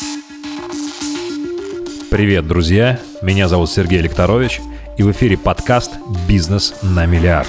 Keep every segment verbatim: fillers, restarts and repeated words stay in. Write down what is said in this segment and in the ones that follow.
Привет, друзья! Меня зовут Сергей Лекторович, и в эфире подкаст «Бизнес на миллиард».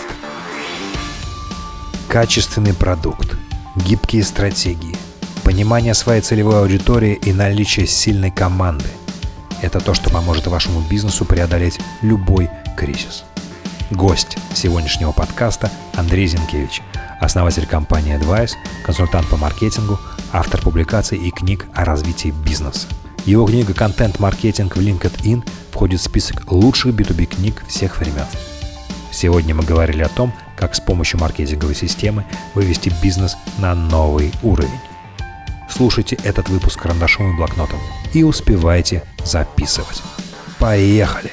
Качественный продукт, гибкие стратегии, понимание своей целевой аудитории и наличие сильной команды – это то, что поможет вашему бизнесу преодолеть любой кризис. Гость сегодняшнего подкаста – Андрей Зинкевич, основатель компании Advice, консультант по маркетингу, автор публикаций и книг о развитии бизнеса. Его книга «Контент-маркетинг в LinkedIn» входит в список лучших би ту би книг всех времен. Сегодня мы говорили о том, как с помощью маркетинговой системы вывести бизнес на новый уровень. Слушайте этот выпуск карандашом и блокнотом и успевайте записывать. Поехали!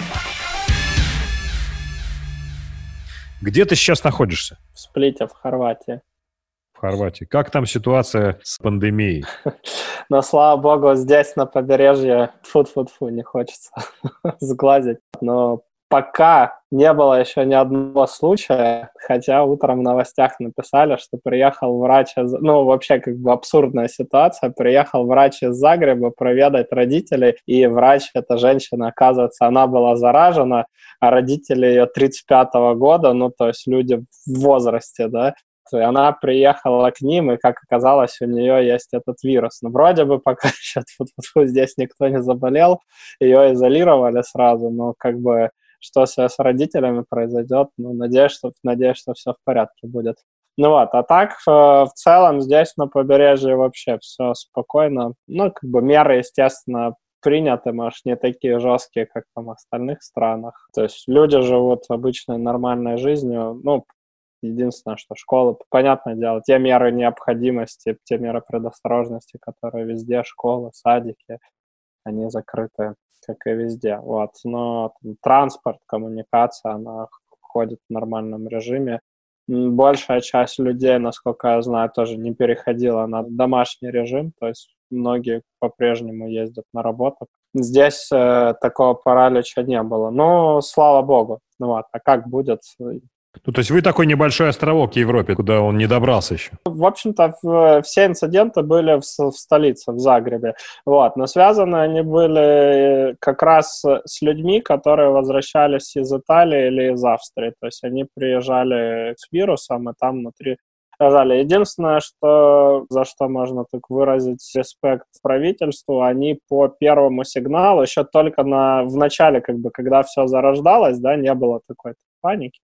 Где ты сейчас находишься? В Сплите, в Хорватии. В Хорватии. Как там ситуация с пандемией? Но, слава богу, здесь на побережье фу-фу-фу не хочется сглазить. Но пока не было еще ни одного случая, хотя утром в новостях написали, что приехал врач, из... ну, вообще как бы абсурдная ситуация, приехал врач из Загреба проведать родителей, и врач, эта женщина, оказывается, она была заражена, а родители ее тридцать пятого года, ну, то есть люди в возрасте, да, и она приехала к ним, и, как оказалось, у нее есть этот вирус. Но вроде бы пока еще здесь никто не заболел, ее изолировали сразу, но как бы что с, с родителями произойдет, ну, надеюсь, что, надеюсь, что все в порядке будет. Ну вот, а так в целом здесь на побережье вообще все спокойно. Ну, как бы меры, естественно, приняты, может, не такие жесткие, как там в остальных странах. То есть люди живут обычной нормальной жизнью, ну, единственное, что школа, понятное дело, те меры необходимости, те меры предосторожности, которые везде, школы, садики, они закрыты, как и везде. Вот. Но там, транспорт, коммуникация, она ходит в нормальном режиме. Большая часть людей, насколько я знаю, тоже не переходила на домашний режим, то есть многие по-прежнему ездят на работу. Здесь э, такого паралича не было. Но, слава богу. Ну вот, а как будет? Ну, то есть вы такой небольшой островок в Европе, куда он не добрался еще? В общем-то, в, все инциденты были в, в столице, в Загребе. Вот. Но связаны они были как раз с людьми, которые возвращались из Италии или из Австрии. То есть они приезжали с вирусом, и там внутри рожали. Единственное, что, за что можно так выразить респект правительству, они по первому сигналу, еще только на, в начале, как бы, когда все зарождалось, да, не было такой паники.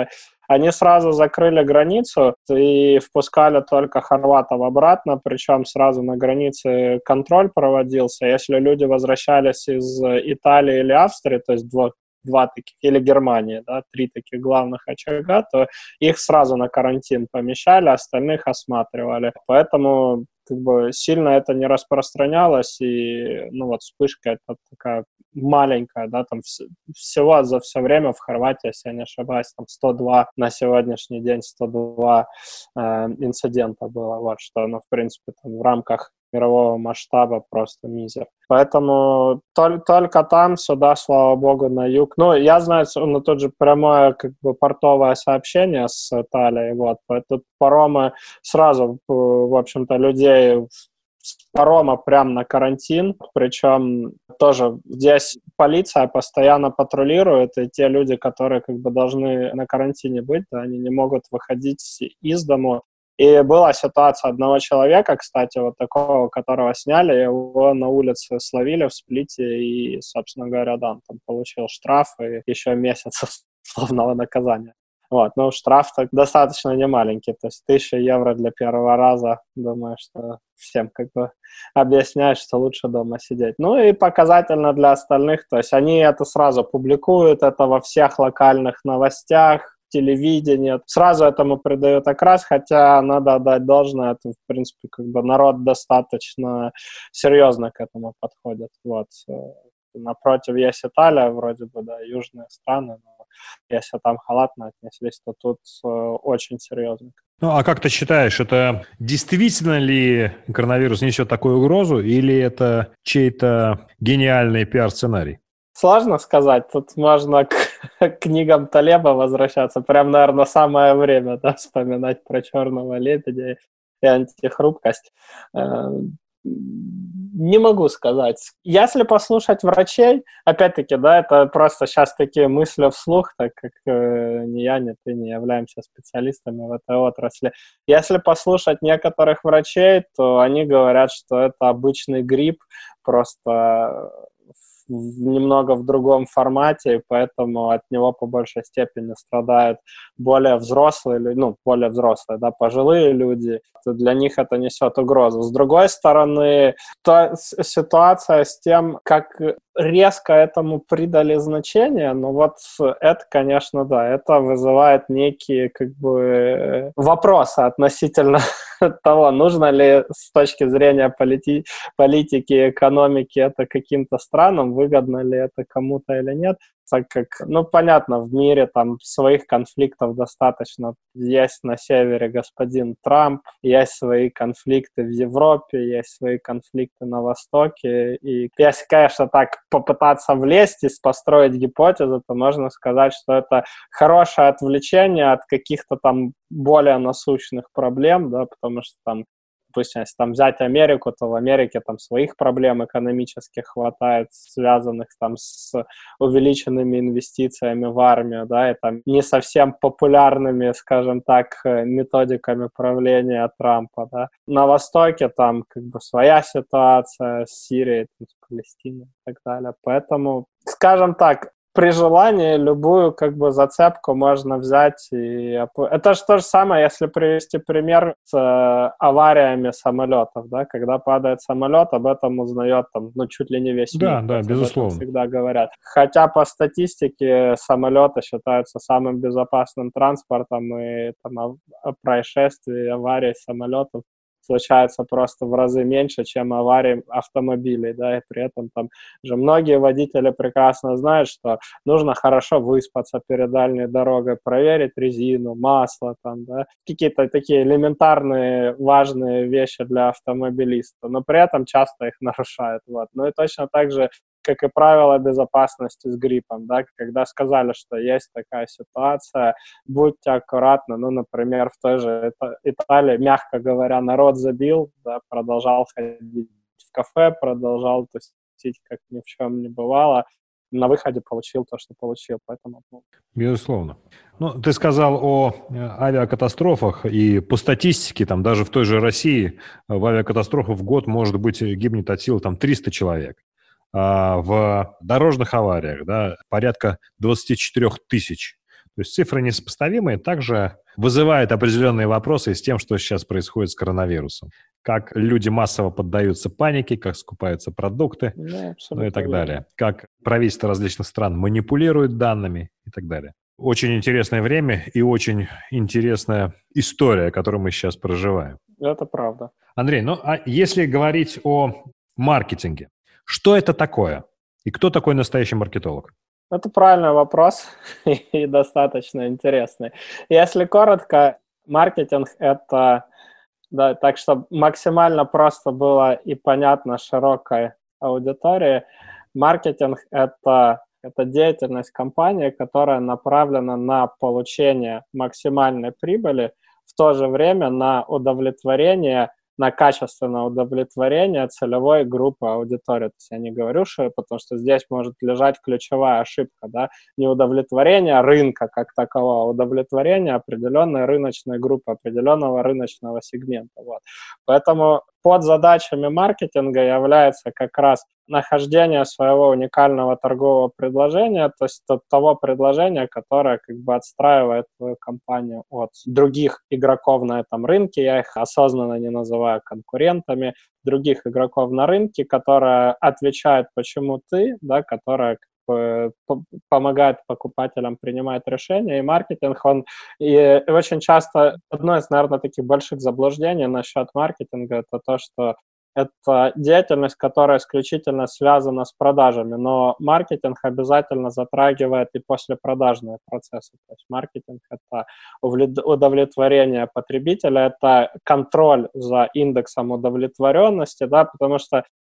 Они сразу закрыли границу и впускали только хорватов обратно, причем сразу на границе контроль проводился. Если люди возвращались из Италии или Австрии, то есть два, два таких, или Германии, да, три таких главных очага, то их сразу на карантин помещали, остальных осматривали. Поэтому как бы сильно это не распространялось, и, ну, вот вспышка это такая маленькая, да, там вс- всего за все время в Хорватии, если я не ошибаюсь, там сто два на сегодняшний день, сто два э, инцидента было, вот, что, ну, в принципе, там в рамках мирового масштаба просто мизер. Поэтому тол- только там, сюда, слава богу, на юг. Ну, я знаю, ну, тут же прямое, как бы, портовое сообщение с Италией, вот, тут паромы сразу, в общем-то, людей с парома прямо на карантин, причем тоже здесь полиция постоянно патрулирует, и те люди, которые как бы должны на карантине быть, да, они не могут выходить из дому. И была ситуация одного человека, кстати, вот такого, которого сняли, его на улице словили в Сплите, и, собственно говоря, да, он там получил штраф и еще месяц условного наказания. Вот, ну, штраф-то достаточно немаленький, то есть тысяча евро для первого раза, думаю, что всем как бы объясняют, что лучше дома сидеть. Ну и показательно для остальных, то есть они это сразу публикуют, это во всех локальных новостях, телевидении, сразу этому придают окрас, хотя надо отдать должное, это, в принципе, как бы народ достаточно серьезно к этому подходит, вот. Напротив есть Италия, вроде бы, да, южные страны, но если там халатно отнеслись, то тут э, очень серьезно. Ну, а как ты считаешь, это действительно ли коронавирус несет такую угрозу, или это чей-то гениальный пиар-сценарий? Сложно сказать. Тут можно к, к книгам Талеба возвращаться. Прям, наверное, самое время, да, вспоминать про черного лебедя и антихрупкость. Не могу сказать. Если послушать врачей, опять-таки, да, это просто сейчас такие мысли вслух, так как э, ни я, ни ты не являемся специалистами в этой отрасли. Если послушать некоторых врачей, то они говорят, что это обычный грипп, просто немного в другом формате, и поэтому от него по большей степени страдают более взрослые, ну, более взрослые, да, пожилые люди. Для них это несет угрозу. С другой стороны, то ситуация с тем, как резко этому придали значение, ну вот это, конечно, да, это вызывает некие, как бы, вопросы относительно того, нужно ли с точки зрения полити- политики, экономики это каким-то странам, выгодно ли это кому-то или нет, так как, ну, понятно, в мире там своих конфликтов достаточно. Есть на севере господин Трамп, есть свои конфликты в Европе, есть свои конфликты на Востоке. И если, конечно, так попытаться влезть и построить гипотезу, то можно сказать, что это хорошее отвлечение от каких-то там более насущных проблем, да, потому что там, допустим, если там взять Америку, то в Америке там своих проблем экономических хватает, связанных там с увеличенными инвестициями в армию, да, и там не совсем популярными, скажем так, методиками правления Трампа, да. На Востоке там как бы своя ситуация с Сирией, там, с Палестиной и так далее. Поэтому, скажем так, при желании любую как бы зацепку можно взять. И... Это же то же самое, если привести пример с э, авариями самолетов, да, когда падает самолет, об этом узнает там, ну, чуть ли не весь Да, мир. да, безусловно. Об этом всегда говорят. Хотя по статистике самолеты считаются самым безопасным транспортом, и там происшествий, аварий самолетов случается просто в разы меньше, чем аварий автомобилей, да, и при этом там же многие водители прекрасно знают, что нужно хорошо выспаться перед дальней дорогой, проверить резину, масло, там, да, какие-то такие элементарные важные вещи для автомобилиста, но при этом часто их нарушают, вот. Ну и точно так же, как и правила безопасности с гриппом, да, когда сказали, что есть такая ситуация, будьте аккуратны, ну, например, в той же Италии, мягко говоря, народ забил, да, продолжал ходить в кафе, продолжал тусить, как ни в чем не бывало, на выходе получил то, что получил, поэтому... Безусловно. Ну, ты сказал о авиакатастрофах, и по статистике, там, даже в той же России в авиакатастрофах в год, может быть, гибнет от силы там триста человек. В дорожных авариях, да, порядка двадцать четыре тысячи. То есть цифры несопоставимые, также вызывает определенные вопросы с тем, что сейчас происходит с коронавирусом. Как люди массово поддаются панике, как скупаются продукты, Да, ну и так верно. далее. Как правительства различных стран манипулируют данными и так далее. Очень интересное время и очень интересная история, которую мы сейчас проживаем. Это правда. Андрей, ну а если говорить о маркетинге, что это такое? И кто такой настоящий маркетолог? Это правильный вопрос и достаточно интересный. Если коротко, маркетинг — это, да, так что максимально просто было и понятно широкой аудитории, маркетинг — это, это деятельность компании, которая направлена на получение максимальной прибыли, в то же время на удовлетворение на качественное удовлетворение целевой группы аудитории. То есть я не говорю, что, потому что здесь может лежать ключевая ошибка, да, не удовлетворение рынка как такового, а удовлетворение определенной рыночной группы, определенного рыночного сегмента. Вот. Поэтому под задачами маркетинга является как раз нахождение своего уникального торгового предложения, то есть того предложения, которое как бы отстраивает твою компанию от других игроков на этом рынке, я их осознанно не называю конкурентами, других игроков на рынке, которые отвечают, почему ты, да, которые как бы помогает покупателям принимать решения, и маркетинг, он и очень часто, одно из, наверное, таких больших заблуждений насчет маркетинга, это то, что это деятельность, которая исключительно связана с продажами, но маркетинг обязательно затрагивает и послепродажные процессы. То есть маркетинг — это удовлетворение потребителя, это контроль за индексом удовлетворенности, да, потому что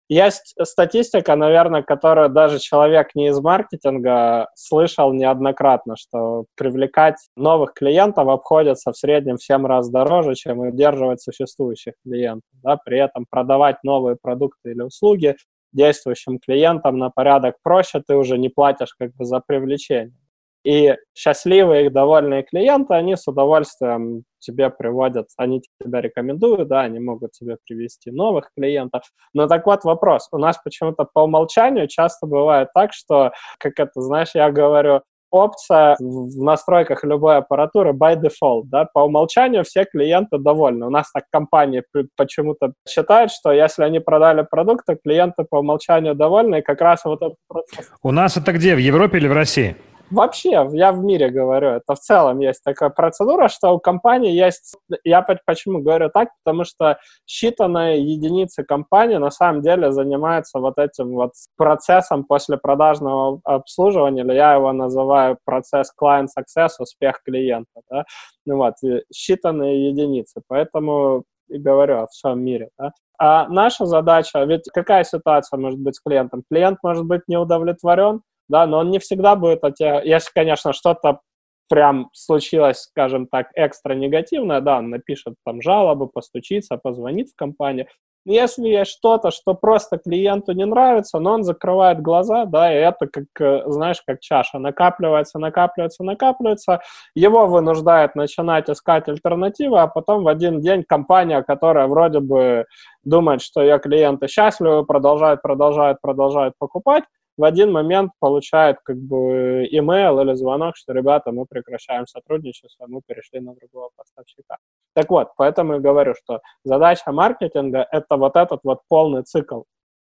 Есть статистика, наверное, которую даже человек не из маркетинга слышал неоднократно, что привлекать новых клиентов обходится в среднем в семь раз дороже, чем удерживать существующих клиентов. Да? При этом продавать новые продукты или услуги действующим клиентам на порядок проще, ты уже не платишь как бы за привлечение. И счастливые и довольные клиенты, они с удовольствием тебе приводят, они тебя рекомендуют, да, они могут тебе привести новых клиентов. Но так вот вопрос. У нас почему-то по умолчанию часто бывает так, что, как это, знаешь, я говорю, опция в настройках любой аппаратуры by default, да, по умолчанию все клиенты довольны. У нас так компании почему-то считают, что если они продали продукты, клиенты по умолчанию довольны, и как раз вот этот процесс. У нас это где, в Европе или в России? Вообще, я в мире говорю, это в целом есть такая процедура, что у компании есть... Я почему говорю так? Потому что считанные единицы компании на самом деле занимаются вот этим вот процессом после продажного обслуживания, или я его называю процесс client success, успех клиента. Да? Ну вот, считанные единицы. Поэтому и говорю о всем мире. Да? А наша задача... Ведь какая ситуация может быть с клиентом? Клиент может быть не удовлетворен, да, но он не всегда будет от тебя, если, конечно, что-то прям случилось, скажем так, экстра негативное, да, он напишет там жалобу, постучится, позвонит в компанию. Если есть что-то, что просто клиенту не нравится, но он закрывает глаза, да, и это, как, знаешь, как чаша, накапливается, накапливается, накапливается, его вынуждает начинать искать альтернативы, а потом в один день компания, которая вроде бы думает, что ее клиенты счастливы, продолжает, продолжает, продолжает покупать, в один момент получает как бы имейл или звонок, что, ребята, мы прекращаем сотрудничество, мы перешли на другого поставщика. Так вот, поэтому и говорю, что задача маркетинга – это вот этот вот полный цикл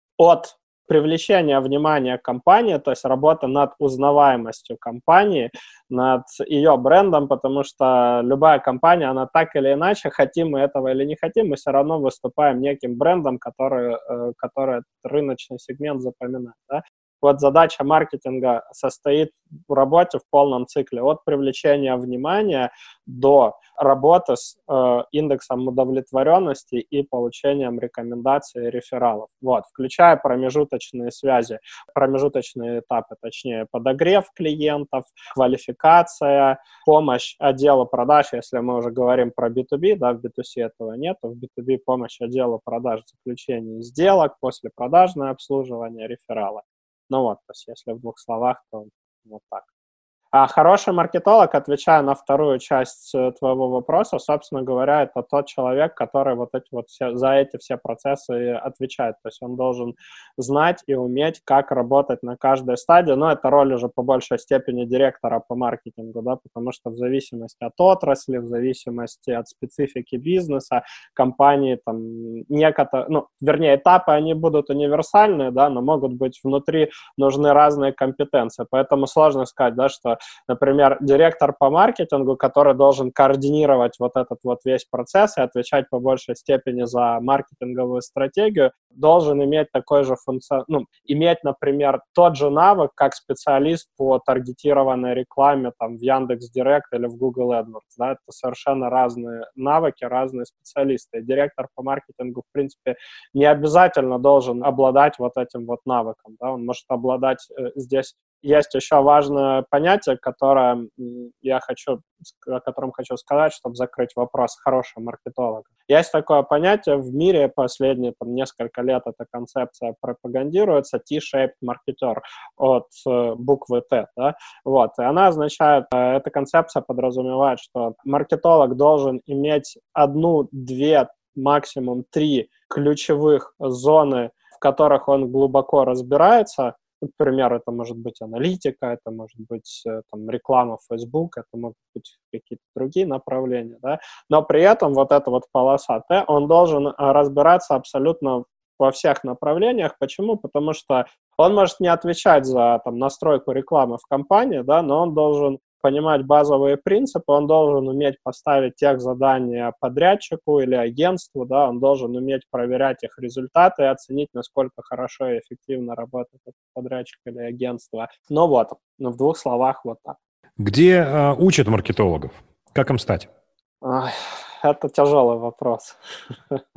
от привлечения внимания компании, то есть работа над узнаваемостью компании, над ее брендом, потому что любая компания, она так или иначе, хотим мы этого или не хотим, мы все равно выступаем неким брендом, который, который рыночный сегмент запоминает, да? Вот задача маркетинга состоит в работе в полном цикле от привлечения внимания до работы с э, индексом удовлетворенности и получением рекомендаций и рефералов. Вот, включая промежуточные связи, промежуточные этапы, точнее, подогрев клиентов, квалификация, помощь отделу продаж, если мы уже говорим про би ту би, да, в би ту си этого нет, в би ту би помощь отделу продаж, заключение сделок, послепродажное обслуживание, рефералы. Ну вот, то есть если в двух словах, то вот так. А хороший маркетолог, отвечая на вторую часть твоего вопроса, собственно говоря, это тот человек, который вот эти вот все, за эти все процессы отвечает. То есть он должен знать и уметь, как работать на каждой стадии. Но это роль уже по большей степени директора по маркетингу, да, потому что в зависимости от отрасли, в зависимости от специфики бизнеса, компании там некоторые, ну, вернее, этапы, они будут универсальные, да, но могут быть внутри нужны разные компетенции. Поэтому сложно сказать, да, что например, директор по маркетингу, который должен координировать вот этот вот весь процесс и отвечать по большей степени за маркетинговую стратегию, должен иметь такой же функцион... ну, иметь, например, тот же навык, как специалист по таргетированной рекламе там в Яндекс.Директ или в Google AdWords. Да? Это совершенно разные навыки, разные специалисты. И директор по маркетингу, в принципе, не обязательно должен обладать вот этим вот навыком. Да? Он может обладать э, здесь. Есть еще важное понятие, которое я хочу, о котором хочу сказать, чтобы закрыть вопрос хорошего маркетолога. Есть такое понятие в мире, последние там, несколько лет эта концепция пропагандируется, T-shaped маркетер от э, буквы Т. Да? Вот. И она означает, э, эта концепция подразумевает, что маркетолог должен иметь одну, две, максимум три ключевых зоны, в которых он глубоко разбирается. Например, это может быть аналитика, это может быть там, реклама в Facebook, это могут быть какие-то другие направления, да? Но при этом вот эта вот полоса Т, он должен разбираться абсолютно во всех направлениях. Почему? Потому что он может не отвечать за там, настройку рекламы в компании, да, но он должен понимать базовые принципы, он должен уметь поставить тех задания подрядчику или агентству, да, он должен уметь проверять их результаты и оценить, насколько хорошо и эффективно работает этот подрядчик или агентство. Ну вот, ну, в двух словах вот так. Где э, учат маркетологов? Как им стать? Ой, это тяжелый вопрос.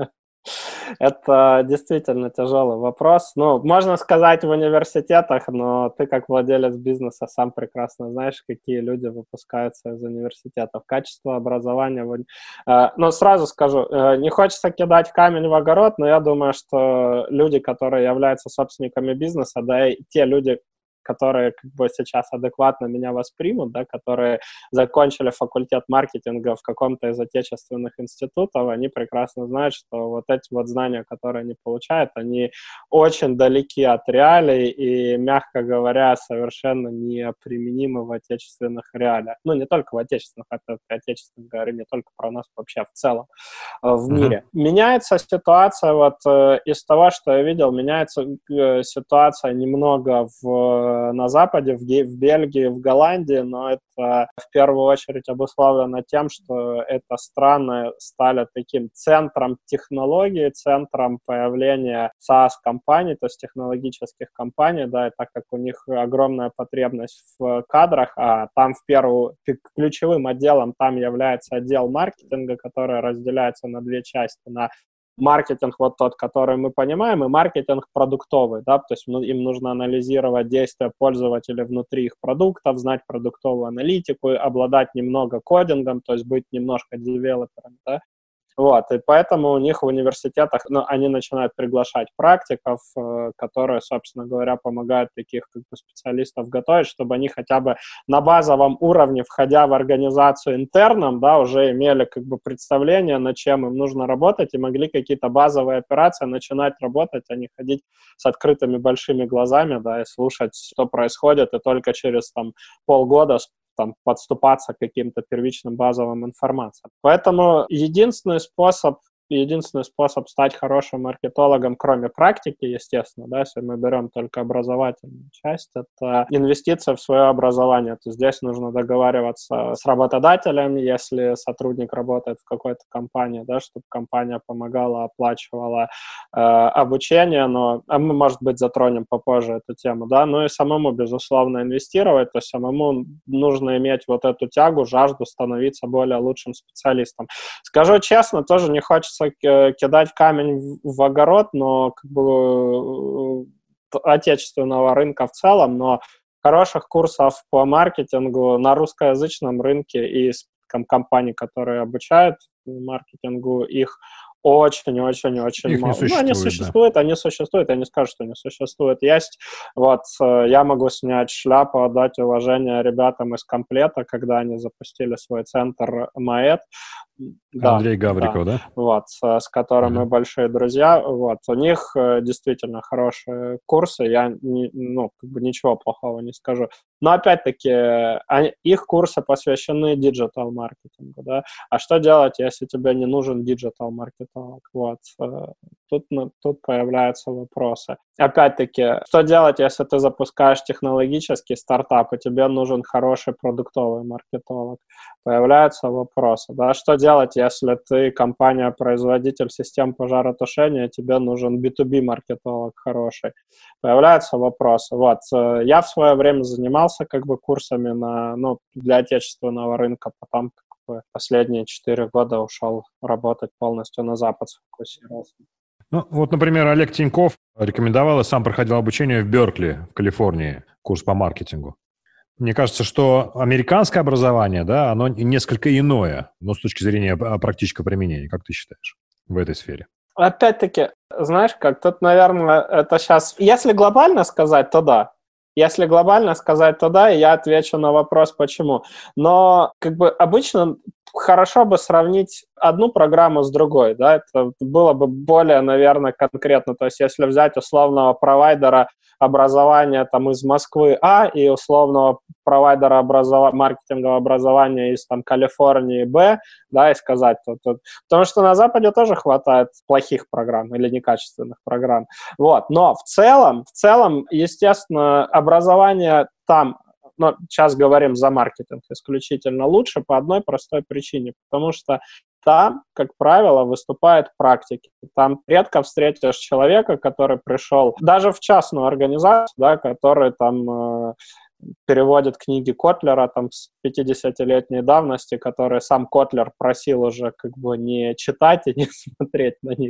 Это действительно тяжелый вопрос. Ну, можно сказать в университетах, но ты как владелец бизнеса сам прекрасно знаешь, какие люди выпускаются из университетов. Качество образования... в уни- Э, Ну, сразу скажу, э, не хочется кидать камень в огород, но я думаю, что люди, которые являются собственниками бизнеса, да, и те люди, которые как бы сейчас адекватно меня воспримут, да, которые закончили факультет маркетинга в каком-то из отечественных институтов, они прекрасно знают, что вот эти вот знания, которые они получают, они очень далеки от реалий и, мягко говоря, совершенно неприменимы в отечественных реалиях. Ну, не только в отечественных, это отечественных, говорю не только про нас, вообще в целом э, в Мгм. мире. Меняется ситуация вот э, из того, что я видел, меняется э, ситуация немного в на Западе, в, Ге- в Бельгии, в Голландии, но это в первую очередь обусловлено тем, что это страны стали таким центром технологий, центром появления SaaS-компаний, то есть технологических компаний, да, и так как у них огромная потребность в кадрах, а там в первую, ключевым отделом там является отдел маркетинга, который разделяется на две части, на маркетинг вот тот, который мы понимаем, и маркетинг продуктовый, да, то есть ну, им нужно анализировать действия пользователей внутри их продуктов, знать продуктовую аналитику, обладать немного кодингом, то есть быть немножко девелопером, да. Вот, и поэтому у них в университетах, ну, они начинают приглашать практиков, э, которые, собственно говоря, помогают таких как бы специалистов готовить, чтобы они хотя бы на базовом уровне, входя в организацию интерном, да, уже имели как бы представление, над чем им нужно работать, и могли какие-то базовые операции начинать работать, а не ходить с открытыми большими глазами, да, и слушать, что происходит, и только через там полгода там, подступаться к каким-то первичным базовым информациям. Поэтому единственный способ, единственный способ стать хорошим маркетологом, кроме практики, естественно, да, если мы берем только образовательную часть, это инвестиция в свое образование. То есть здесь нужно договариваться с работодателем, если сотрудник работает в какой-то компании, да, чтобы компания помогала, оплачивала э, обучение, но а мы, может быть, затронем попозже эту тему, да, ну и самому, безусловно, инвестировать, то есть самому нужно иметь вот эту тягу, жажду становиться более лучшим специалистом. Скажу честно, тоже не хочется кидать камень в огород, но как бы отечественного рынка в целом, но хороших курсов по маркетингу на русскоязычном рынке и компаний, которые обучают маркетингу, их очень-очень-очень Их не мало. Ну, они существует, да. существуют, они существуют, я не скажу, что не существуют. Есть, вот, я могу снять шляпу, отдать уважение ребятам из Комплета, когда они запустили свой центр МАЭТ. Да, Андрей да, Гавриков, да? вот, с, с которым Ага. мы большие друзья, вот, у них э, действительно хорошие курсы, я, не, ну, как бы ничего плохого не скажу. Но, опять-таки, они, их курсы посвящены диджитал-маркетингу, да, а что делать, если тебе не нужен диджитал-маркетолог, вот, э, тут, ну, тут появляются вопросы. Опять-таки, что делать, если ты запускаешь технологический стартап, и тебе нужен хороший продуктовый маркетолог? Появляются вопросы, да, что делать, если ты компания-производитель систем пожаротушения, тебе нужен би ту би-маркетолог хороший? Появляются вопросы. Вот, я в свое время занимался как бы курсами на, ну, для отечественного рынка, потом как бы последние четыре года ушел работать полностью на Запад, сфокусировался. Ну, вот, например, Олег Тиньков рекомендовал и сам проходил обучение в Беркли, в Калифорнии, курс по маркетингу. Мне кажется, что американское образование, да, оно несколько иное, но с точки зрения практического применения. Как ты считаешь в этой сфере? Опять-таки, знаешь как, тут, наверное, это сейчас... Если глобально сказать, то да. Если глобально сказать, то да, и я отвечу на вопрос, почему. Но как бы обычно хорошо бы сравнить одну программу с другой, да, это было бы более, наверное, конкретно. То есть если взять условного провайдера образования там из Москвы А и условного провайдера образов... маркетингового образования из там Калифорнии Б, да, и сказать, то, то... потому что на Западе тоже хватает плохих программ или некачественных программ. Вот, но в целом, в целом, естественно, образование там, но сейчас говорим за маркетинг исключительно лучше по одной простой причине, потому что там, как правило, выступают практики. Там редко встретишь человека, который пришел даже в частную организацию, да, который там э, переводит книги Котлера там с пятидесятилетней давности, которые сам Котлер просил уже как бы не читать и не смотреть на них.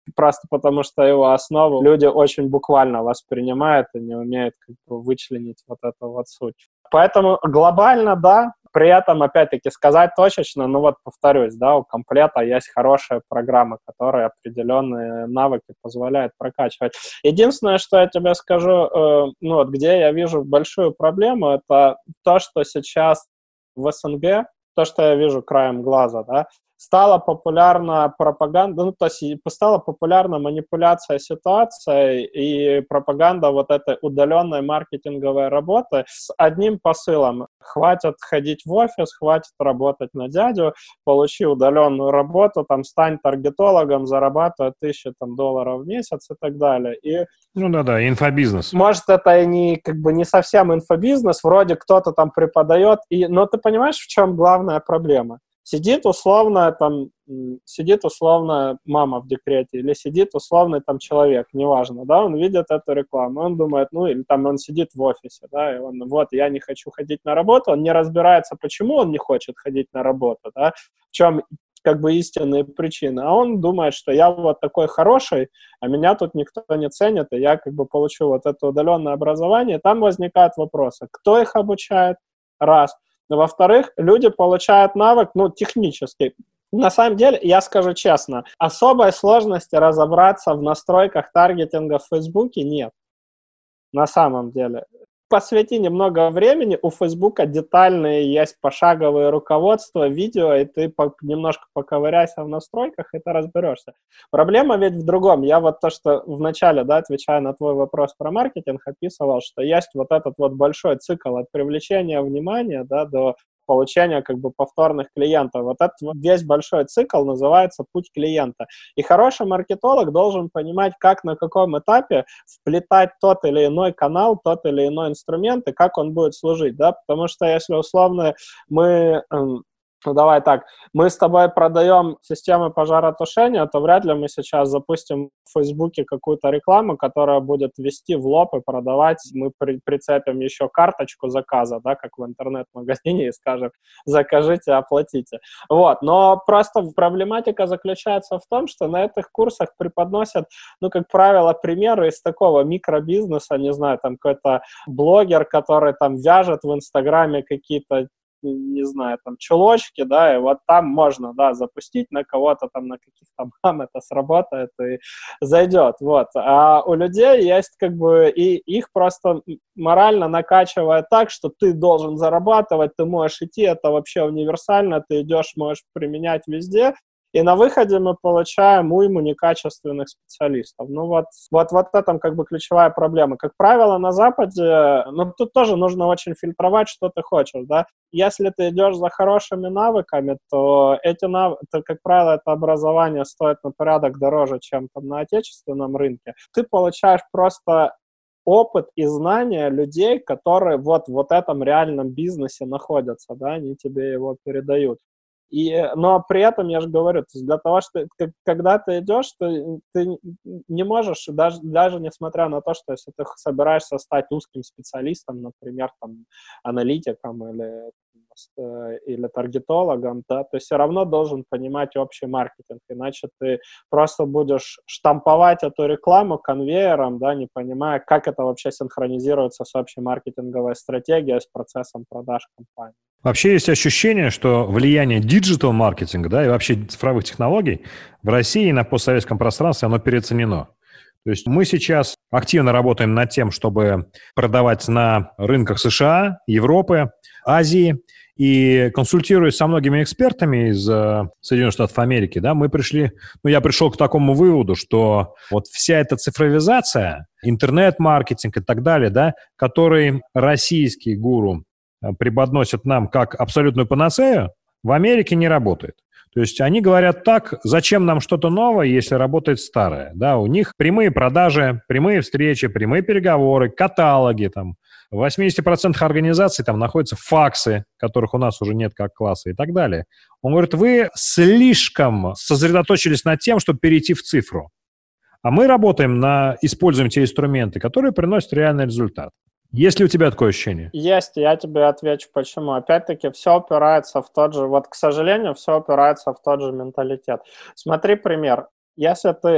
просто потому что его основу люди очень буквально воспринимают и не умеют как бы вычленить вот эту вот суть. Поэтому глобально, да, при этом, опять-таки, сказать точечно, ну вот повторюсь, да, у Комплета есть хорошая программа, которая определенные навыки позволяет прокачивать. Единственное, что я тебе скажу, э, ну вот где я вижу большую проблему, это то, что сейчас в СНГ, то, что я вижу краем глаза, да, стала популярна пропаганда, ну, то есть стала популярна манипуляция ситуацией и пропаганда вот этой удаленной маркетинговой работы с одним посылом. Хватит ходить в офис, хватит работать на дядю, получи удаленную работу, там, стань таргетологом, зарабатывай тысячи там, долларов в месяц и так далее. И ну да-да, инфобизнес. может, это и не, как бы не совсем инфобизнес, вроде кто-то там преподает, и, но ты понимаешь, в чем главная проблема? Сидит условно там, сидит условно мама в декрете или сидит условный там человек, неважно, да, он видит эту рекламу, он думает, ну, или там он сидит в офисе, да, и он, вот, я не хочу ходить на работу, он не разбирается, почему он не хочет ходить на работу, да, в чем как бы истинные причины, а он думает, что я вот такой хороший, а меня тут никто не ценит, и я как бы получу вот это удаленное образование, там возникают вопросы, кто их обучает, раз. Во-вторых, люди получают навык, ну, технический. На самом деле, я скажу честно, особой сложности разобраться в настройках таргетинга в Фейсбуке нет. На самом деле. Посвяти немного времени, у Фейсбука детальные есть пошаговые руководства, видео, и ты по- немножко поковыряйся в настройках, и ты разберешься. Проблема ведь в другом. Я вот то, что вначале, да, отвечая на твой вопрос про маркетинг, описывал, что есть вот этот вот большой цикл от привлечения внимания, да, до получения как бы повторных клиентов. Вот этот вот весь большой цикл называется «Путь клиента». И хороший маркетолог должен понимать, как на каком этапе вплетать тот или иной канал, тот или иной инструмент, и как он будет служить, да, потому что если условно мы... Ну, давай так, мы с тобой продаем системы пожаротушения, то вряд ли мы сейчас запустим в Фейсбуке какую-то рекламу, которая будет вести в лоб и продавать. Мы при, прицепим еще карточку заказа, да, как в интернет-магазине, и скажем, закажите, оплатите. Вот, но просто проблематика заключается в том, что на этих курсах преподносят, ну, как правило, примеры из такого микробизнеса, не знаю, там какой-то блогер, который там вяжет в Инстаграме какие-то, не знаю, там, чулочки, да, и вот там можно, да, запустить на кого-то, там, на каких-то мам это сработает и зайдет, вот. А у людей есть, как бы, и их просто морально накачивает так, что ты должен зарабатывать, ты можешь идти, это вообще универсально, ты идешь, можешь применять везде, и на выходе мы получаем уйму некачественных специалистов. Ну вот, вот, вот в этом как бы ключевая проблема. Как правило, на Западе, ну тут тоже нужно очень фильтровать, что ты хочешь, да. Если ты идешь за хорошими навыками, то эти навыки, то, как правило, это образование стоит на порядок дороже, чем там на отечественном рынке. Ты получаешь просто опыт и знания людей, которые вот в вот этом реальном бизнесе находятся, да, они тебе его передают. И, но при этом, я же говорю, то есть для того, что когда ты идешь, ты, ты не можешь, даже, даже несмотря на то, что если ты собираешься стать узким специалистом, например, там, аналитиком или, или таргетологом, да, ты все равно должен понимать общий маркетинг, иначе ты просто будешь штамповать эту рекламу конвейером, да, не понимая, как это вообще синхронизируется с общей маркетинговой стратегией, с процессом продаж компании. Вообще есть ощущение, что влияние диджитал-маркетинга, да, и вообще цифровых технологий в России и на постсоветском пространстве, оно переоценено. То есть мы сейчас активно работаем над тем, чтобы продавать на рынках США, Европы, Азии, и консультируясь со многими экспертами из Соединенных Штатов Америки, да, мы пришли, ну, я пришел к такому выводу, что вот вся эта цифровизация, интернет-маркетинг и так далее, да, который российский гуру преподносят нам как абсолютную панацею, в Америке не работает. То есть они говорят так, зачем нам что-то новое, если работает старое. Да, у них прямые продажи, прямые встречи, прямые переговоры, каталоги. Там. В восемьдесят процентов организаций там находятся факсы, которых у нас уже нет как класса и так далее. Он говорит, вы слишком сосредоточились над тем, чтобы перейти в цифру. А мы работаем на, используем те инструменты, которые приносят реальный результат. Есть ли у тебя такое ощущение? Есть, я тебе отвечу, почему. Опять-таки, все опирается в тот же, вот, к сожалению, все опирается в тот же менталитет. Смотри пример. Если ты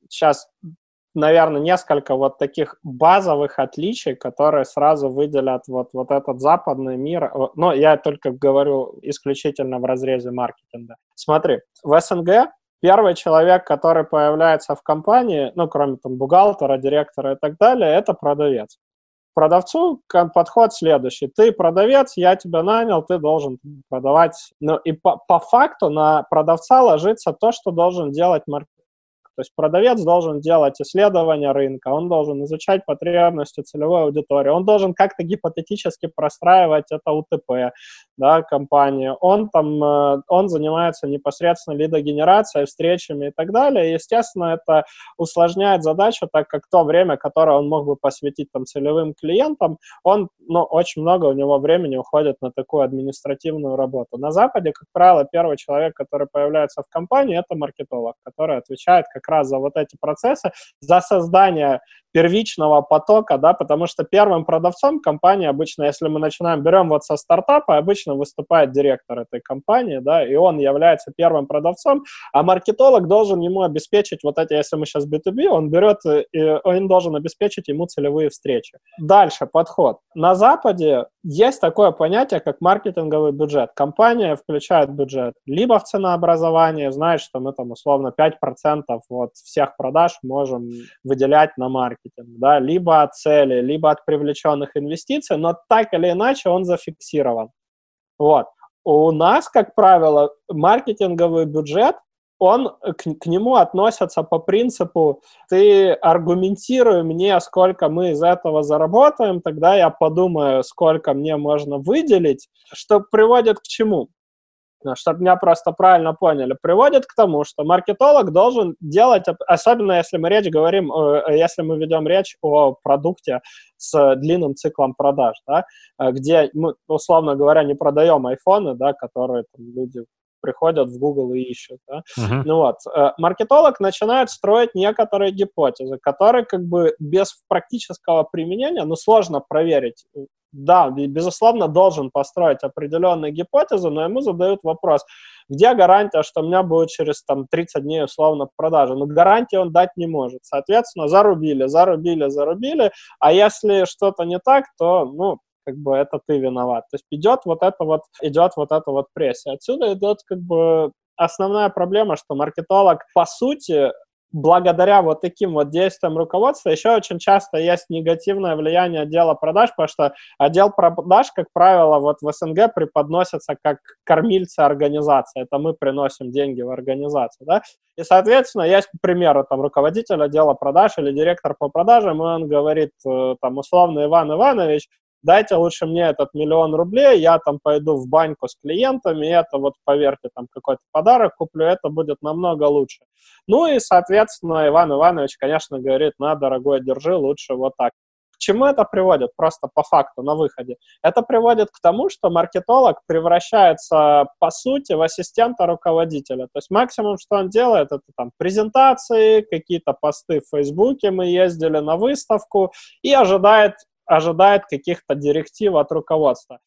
сейчас, наверное, несколько вот таких базовых отличий, которые сразу выделят вот, вот этот западный мир. Но я только говорю исключительно в разрезе маркетинга. Смотри, в СНГ первый человек, который появляется в компании, ну, кроме там бухгалтера, директора и так далее, это продавец. Продавцу подход следующий. Ты продавец, я тебя нанял, ты должен продавать. Ну, и по, по факту на продавца ложится то, что должен делать маркетинг. То есть продавец должен делать исследования рынка, он должен изучать потребности целевой аудитории, он должен как-то гипотетически простраивать это УТП, да, компании. Он там, он занимается непосредственно лидогенерацией, встречами и так далее. И, естественно, это усложняет задачу, так как то время, которое он мог бы посвятить там целевым клиентам, он, ну, очень много у него времени уходит на такую административную работу. На Западе, как правило, первый человек, который появляется в компании, это маркетолог, который отвечает как раз за вот эти процессы, за создание первичного потока, да, потому что первым продавцом компании обычно, если мы начинаем, берем вот со стартапа, обычно выступает директор этой компании, да, и он является первым продавцом, а маркетолог должен ему обеспечить вот эти, если мы сейчас би ту би, он берет, и он должен обеспечить ему целевые встречи. Дальше подход. На Западе есть такое понятие, как маркетинговый бюджет. Компания включает бюджет либо в ценообразование, знает, что мы там условно пять процентов от всех продаж можем выделять на маркетинг, да, либо от цели, либо от привлеченных инвестиций, но так или иначе он зафиксирован. Вот. У нас, как правило, маркетинговый бюджет, он, к, к нему относятся по принципу: ты аргументируй мне, сколько мы из этого заработаем, тогда я подумаю, сколько мне можно выделить, что приводит к чему? Чтобы меня просто правильно поняли, приводит к тому, что маркетолог должен делать, особенно если мы речь говорим, если мы ведем речь о продукте с длинным циклом продаж, да, где мы, условно говоря, не продаем айфоны, да, которые там, люди приходят в Google и ищут. Да? Uh-huh. Ну вот, маркетолог начинает строить некоторые гипотезы, которые как бы без практического применения, ну, сложно проверить. Да, безусловно, должен построить определенные гипотезы, но ему задают вопрос: где гарантия, что у меня будет через там, тридцать дней условно продажа? Но гарантии он дать не может. Соответственно, зарубили, зарубили, зарубили, а если что-то не так, то, ну, как бы это ты виноват. То есть идет вот это вот, идет вот эта вот прессия. Отсюда идет как бы основная проблема, что маркетолог, по сути, благодаря вот таким вот действиям руководства, еще очень часто есть негативное влияние отдела продаж, потому что отдел продаж, как правило, вот в СНГ преподносится как кормильцы организации. Это мы приносим деньги в организацию, да? И, соответственно, есть, к примеру, там, руководитель отдела продаж или директор по продажам, и он говорит, там, условно, Иван Иванович, дайте лучше мне этот миллион рублей, я там пойду в баньку с клиентами, и это вот, поверьте, там какой-то подарок куплю, это будет намного лучше. Ну и, соответственно, Иван Иванович, конечно, говорит: на, дорогой, держи, лучше вот так. К чему это приводит? Просто по факту, на выходе. Это приводит к тому, что маркетолог превращается, по сути, в ассистента руководителя. То есть максимум, что он делает, это там презентации, какие-то посты в Фейсбуке, мы ездили на выставку, и ожидает ожидает каких-то директив от руководства.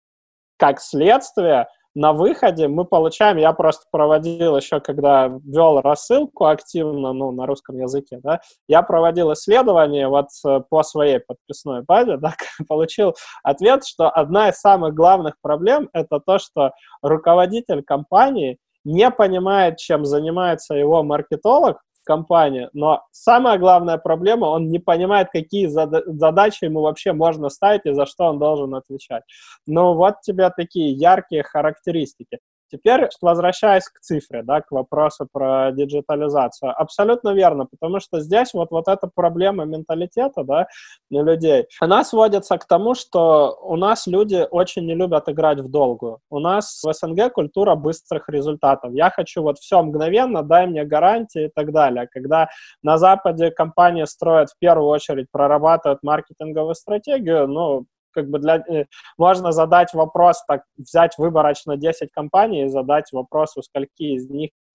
Как следствие, на выходе мы получаем, я просто проводил еще, когда вел рассылку активно, ну, на русском языке, да, я проводил исследование вот по своей подписной базе, да, получил ответ, что одна из самых главных проблем — это то, что руководитель компании не понимает, чем занимается его маркетолог, компании, но самая главная проблема, он не понимает, какие зада- задачи ему вообще можно ставить и за что он должен отвечать. Ну вот тебе такие яркие характеристики. Теперь, возвращаясь к цифре, да, к вопросу про диджитализацию, абсолютно верно, потому что здесь вот, вот эта проблема менталитета, да, людей, она сводится к тому, что у нас люди очень не любят играть в долгую. У нас в СНГ культура быстрых результатов. Я хочу вот все мгновенно, дай мне гарантии и так далее. Когда на Западе компании строят, в первую очередь прорабатывают маркетинговую стратегию, ну, как бы для, можно задать вопрос, так, взять выборочно десять компаний и задать вопрос, у скольки из них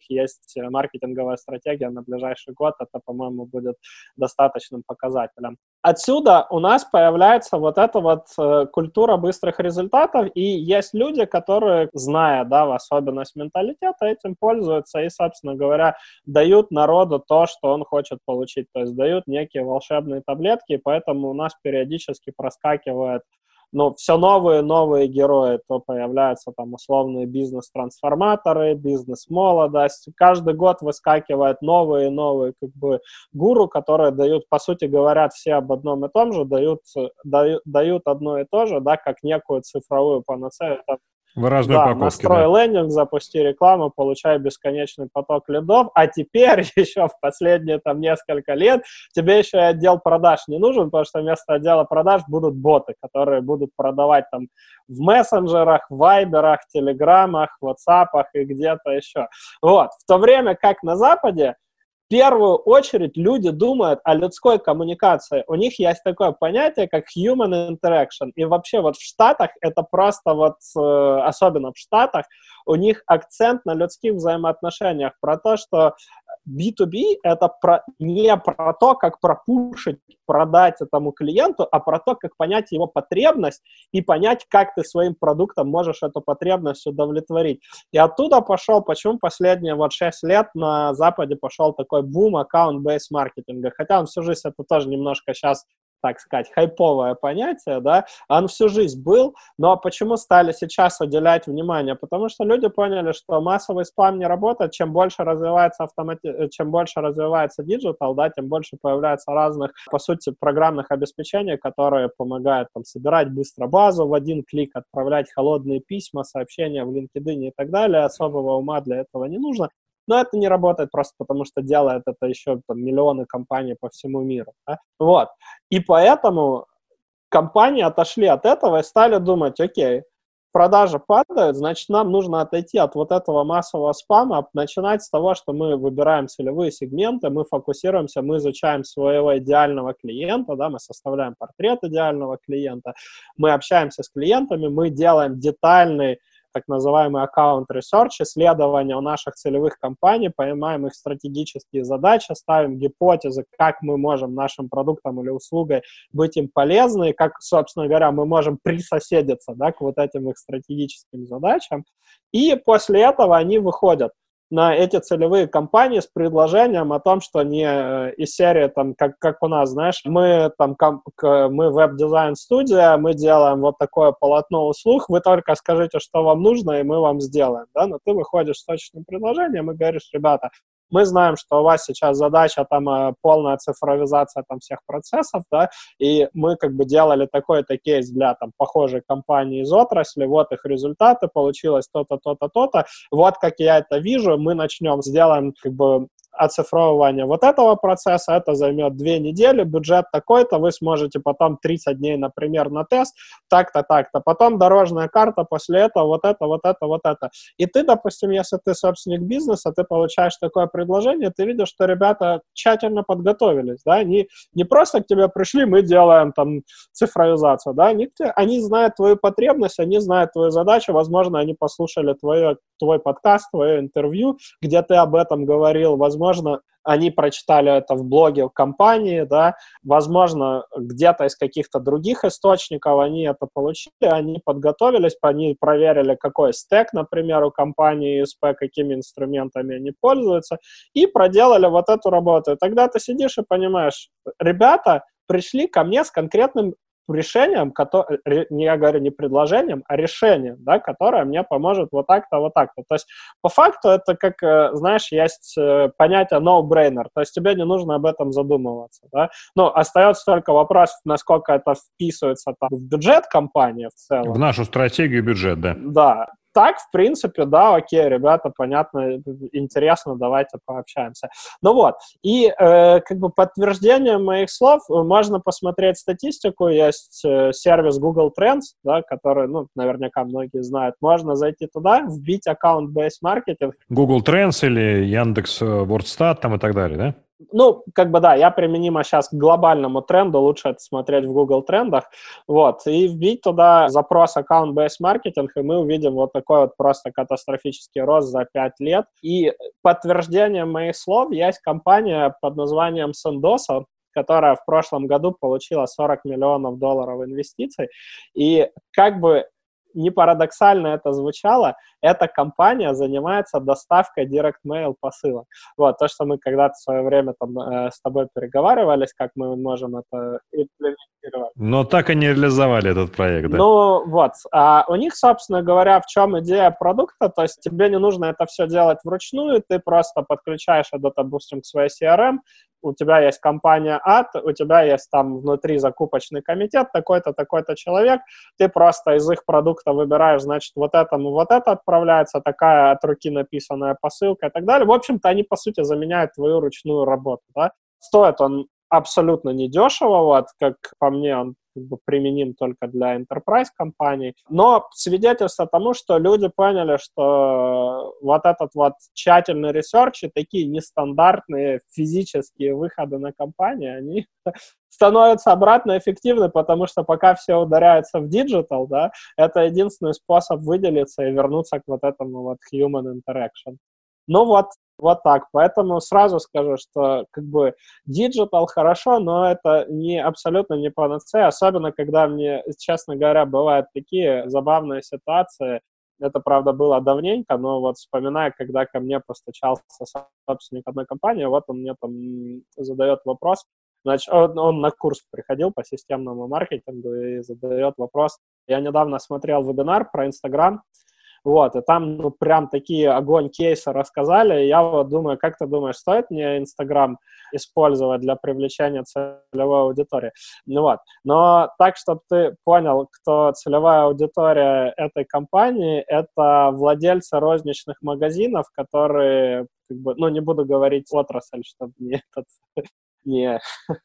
есть маркетинговая стратегия на ближайший год, это, по-моему, будет достаточным показателем. Отсюда у нас появляется вот эта вот э, культура быстрых результатов, и есть люди, которые, зная, да, в особенность менталитета, этим пользуются и, собственно говоря, дают народу то, что он хочет получить, то есть дают некие волшебные таблетки, и поэтому у нас периодически проскакивает, ну, все новые новые герои, то появляются там условные бизнес-трансформаторы, бизнес-молодость. Каждый год выскакивают новые новые как бы гуру, которые дают, по сути, говорят все об одном и том же, дают, дают, дают одно и то же, да, как некую цифровую панацею. В разной да, упаковке, настрой да. лендинг, запусти рекламу, получай бесконечный поток лидов, а теперь еще в последние там несколько лет тебе еще и отдел продаж не нужен, потому что вместо отдела продаж будут боты, которые будут продавать там в мессенджерах, вайберах, телеграммах, ватсапах и где-то еще. Вот. В то время как на Западе в первую очередь люди думают о людской коммуникации. У них есть такое понятие, как human interaction. И вообще вот в Штатах это просто вот, особенно в Штатах, у них акцент на людских взаимоотношениях, про то, что би ту би это про, не про то, как пропушить, продать этому клиенту, а про то, как понять его потребность и понять, как ты своим продуктом можешь эту потребность удовлетворить. И оттуда пошел, почему последние вот шесть лет на Западе пошел такой бум аккаунт-бейс маркетинга. Хотя он всю жизнь, это тоже немножко сейчас, так сказать, хайповое понятие, да, он всю жизнь был, но почему стали сейчас уделять внимание? Потому что люди поняли, что массовый спам не работает, чем больше развивается автомати... чем больше развивается диджитал, да, тем больше появляется разных, по сути, программных обеспечений, которые помогают там собирать быстро базу в один клик, отправлять холодные письма, сообщения в LinkedIn и так далее, особого ума для этого не нужно. Но это не работает просто потому, что делает это еще там, миллионы компаний по всему миру. Да? Вот. И поэтому компании отошли от этого и стали думать, окей, продажи падают, значит, нам нужно отойти от вот этого массового спама, начинать с того, что мы выбираем целевые сегменты, мы фокусируемся, мы изучаем своего идеального клиента, да, мы составляем портрет идеального клиента, мы общаемся с клиентами, мы делаем детальный так называемый аккаунт research, исследования у наших целевых компаний, понимаем их стратегические задачи, ставим гипотезы, как мы можем нашим продуктом или услугой быть им полезны, и как, собственно говоря, мы можем присоседиться, да, к вот этим их стратегическим задачам. И после этого они выходят на эти целевые компании с предложением о том, что не из серии, там, как, как у нас, знаешь, мы, там, мы веб-дизайн-студия, мы делаем вот такое полотно услуг, вы только скажите, что вам нужно, и мы вам сделаем, да, но ты выходишь с точным предложением и говоришь, ребята, мы знаем, что у вас сейчас задача там полная цифровизация там всех процессов, да, и мы как бы делали такой-то кейс для там похожей компании из отрасли, вот их результаты, получилось то-то, то-то, то-то, вот как я это вижу, мы начнем, сделаем как бы оцифровывание вот этого процесса, это займет две недели, бюджет такой-то, вы сможете потом тридцать дней, например, на тест, так-то, так-то, потом дорожная карта, после этого вот это, вот это, вот это. И ты, допустим, если ты собственник бизнеса, ты получаешь такое предложение, ты видишь, что ребята тщательно подготовились, да, они не просто к тебе пришли, мы делаем там цифровизацию, да, они, они знают твою потребность, они знают твою задачу, возможно, они послушали твое, твой подкаст, твое интервью, где ты об этом говорил, возможно, Возможно, они прочитали это в блоге компании, да, возможно, где-то из каких-то других источников они это получили, они подготовились, они проверили, какой стек, например, у компании ай эс пи, какими инструментами они пользуются, и проделали вот эту работу. И тогда ты сидишь и понимаешь, ребята пришли ко мне с конкретным решением, которое, не я говорю не предложением, а решением, да, которое мне поможет вот так-то, вот так-то. То есть по факту это как, знаешь, есть понятие no-brainer, то есть тебе не нужно об этом задумываться, да. Ну, остается только вопрос, насколько это вписывается там, в бюджет компании в целом. В нашу стратегию бюджет, да. Да. Так, в принципе, да, окей, ребята, понятно, интересно, давайте пообщаемся. Ну вот, и э, как бы подтверждением моих слов можно посмотреть статистику, есть э, сервис Google Trends, да, который, ну, наверняка многие знают, можно зайти туда, вбить аккаунт-based маркетинг. Google Trends или Яндекс Вордстат там и так далее, да? Ну, как бы да, я применимо сейчас к глобальному тренду, лучше это смотреть в Google трендах, вот, и вбить туда запрос account-based маркетинг, и мы увидим вот такой вот просто катастрофический рост за пять лет. И подтверждением моих слов есть компания под названием Sendoso, которая в прошлом году получила сорок миллионов долларов инвестиций, и как бы не парадоксально это звучало, эта компания занимается доставкой direct mail посылок. Вот, то, что мы когда-то в свое время там, э, с тобой переговаривались, как мы можем это имплементировать. Но так и не реализовали этот проект, да? Ну, вот. А у них, собственно говоря, в чем идея продукта, то есть тебе не нужно это все делать вручную, ты просто подключаешь это, допустим, к своей си ар эм, у тебя есть компания ад, у тебя есть там внутри закупочный комитет, такой-то, такой-то человек, ты просто из их продукта выбираешь, значит, вот этому вот это отправляется, такая от руки написанная посылка и так далее. В общем-то, они, по сути, заменяют твою ручную работу, да. Стоит он абсолютно недешево, вот, как по мне, он как бы применим только для enterprise компаний, но свидетельство тому, что люди поняли, что вот этот вот тщательный ресерч и такие нестандартные физические выходы на компании, они становятся обратно эффективны, потому что пока все ударяются в диджитал, да, это единственный способ выделиться и вернуться к вот этому вот human interaction. Ну вот, вот так. Поэтому сразу скажу, что как бы диджитал хорошо, но это не абсолютно не панацея, особенно когда мне, честно говоря, бывают такие забавные ситуации. Это, правда, было давненько, но вот вспоминая, когда ко мне постучался собственник одной компании, вот он мне там задает вопрос, значит, он, он на курс приходил по системному маркетингу и задает вопрос. Я недавно смотрел вебинар про Инстаграм, вот, и там, ну, прям такие огонь кейсы рассказали, и я вот думаю, как ты думаешь, стоит мне Инстаграм использовать для привлечения целевой аудитории? Ну вот, но так, чтобы ты понял, кто целевая аудитория этой компании, это владельцы розничных магазинов, которые, как бы, ну, не буду говорить отрасль, чтобы не этот... Не,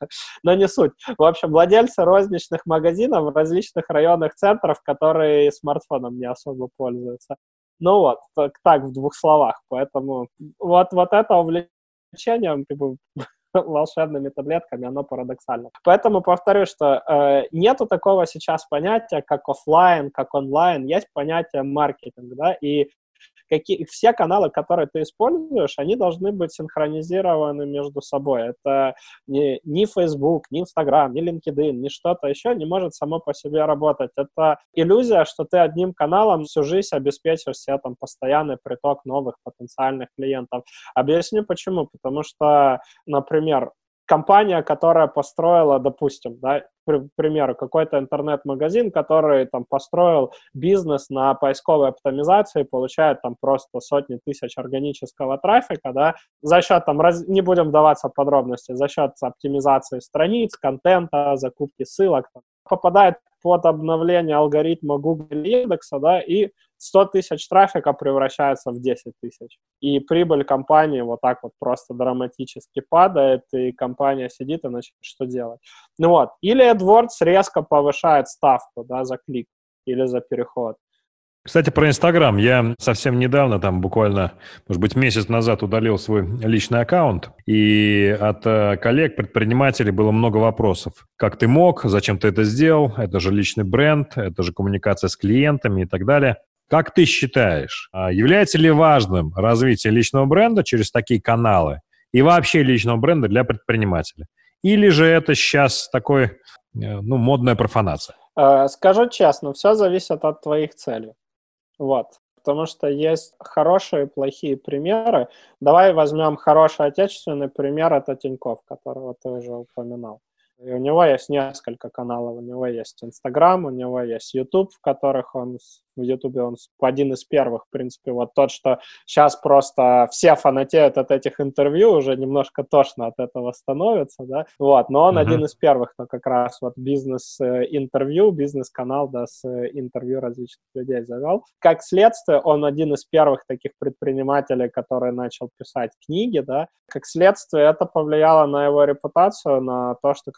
но не суть. В общем, владельцы розничных магазинов в различных районных центров, которые смартфоном не особо пользуются. Ну вот, так, так в двух словах. Поэтому вот, вот это увлечение как бы, волшебными таблетками, оно парадоксально. Поэтому повторю, что э, нету такого сейчас понятия, как офлайн, как онлайн. Есть понятие маркетинг, да, и Какие, все каналы, которые ты используешь, они должны быть синхронизированы между собой. Это не, ни Facebook, ни Instagram, ни LinkedIn, ни что-то еще не может само по себе работать. Это иллюзия, что ты одним каналом всю жизнь обеспечишь себе там постоянный приток новых потенциальных клиентов. Объясню почему. Потому что, например, компания, которая построила, допустим, да, к примеру, какой-то интернет-магазин, который там построил бизнес на поисковой оптимизации, получает там просто сотни тысяч органического трафика, да, за счет там, раз... не будем вдаваться в подробности, за счет оптимизации страниц, контента, закупки ссылок, там, попадает под обновление алгоритма Google индекса, да, и сто тысяч трафика превращается в десять тысяч. И прибыль компании вот так вот просто драматически падает, и компания сидит и начинает что делать. Ну вот. Или AdWords резко повышает ставку, да, за клик или за переход. Кстати, про Инстаграм. Я совсем недавно, там буквально, может быть, месяц назад удалил свой личный аккаунт, и от э, коллег, предпринимателей было много вопросов. Как ты мог? Зачем ты это сделал? Это же личный бренд, это же коммуникация с клиентами и так далее. Как ты считаешь, является ли важным развитие личного бренда через такие каналы и вообще личного бренда для предпринимателя? Или же это сейчас такой, ну, модная профанация? Скажу честно, все зависит от твоих целей. Вот. Потому что есть хорошие и плохие примеры. Давай возьмем хороший отечественный пример, это Тинькофф, которого ты уже упоминал. И у него есть несколько каналов. У него есть Инстаграм, у него есть Ютуб, в которых он, в Ютубе он один из первых, в принципе, вот тот, что сейчас просто все фанатеют от этих интервью, уже немножко тошно от этого становится, да, вот, но он uh-huh. один из первых, кто как раз вот бизнес-интервью, бизнес-канал, да, с интервью различных людей завел. Как следствие, он один из первых таких предпринимателей, который начал писать книги, да, как следствие, это повлияло на его репутацию, на то, что как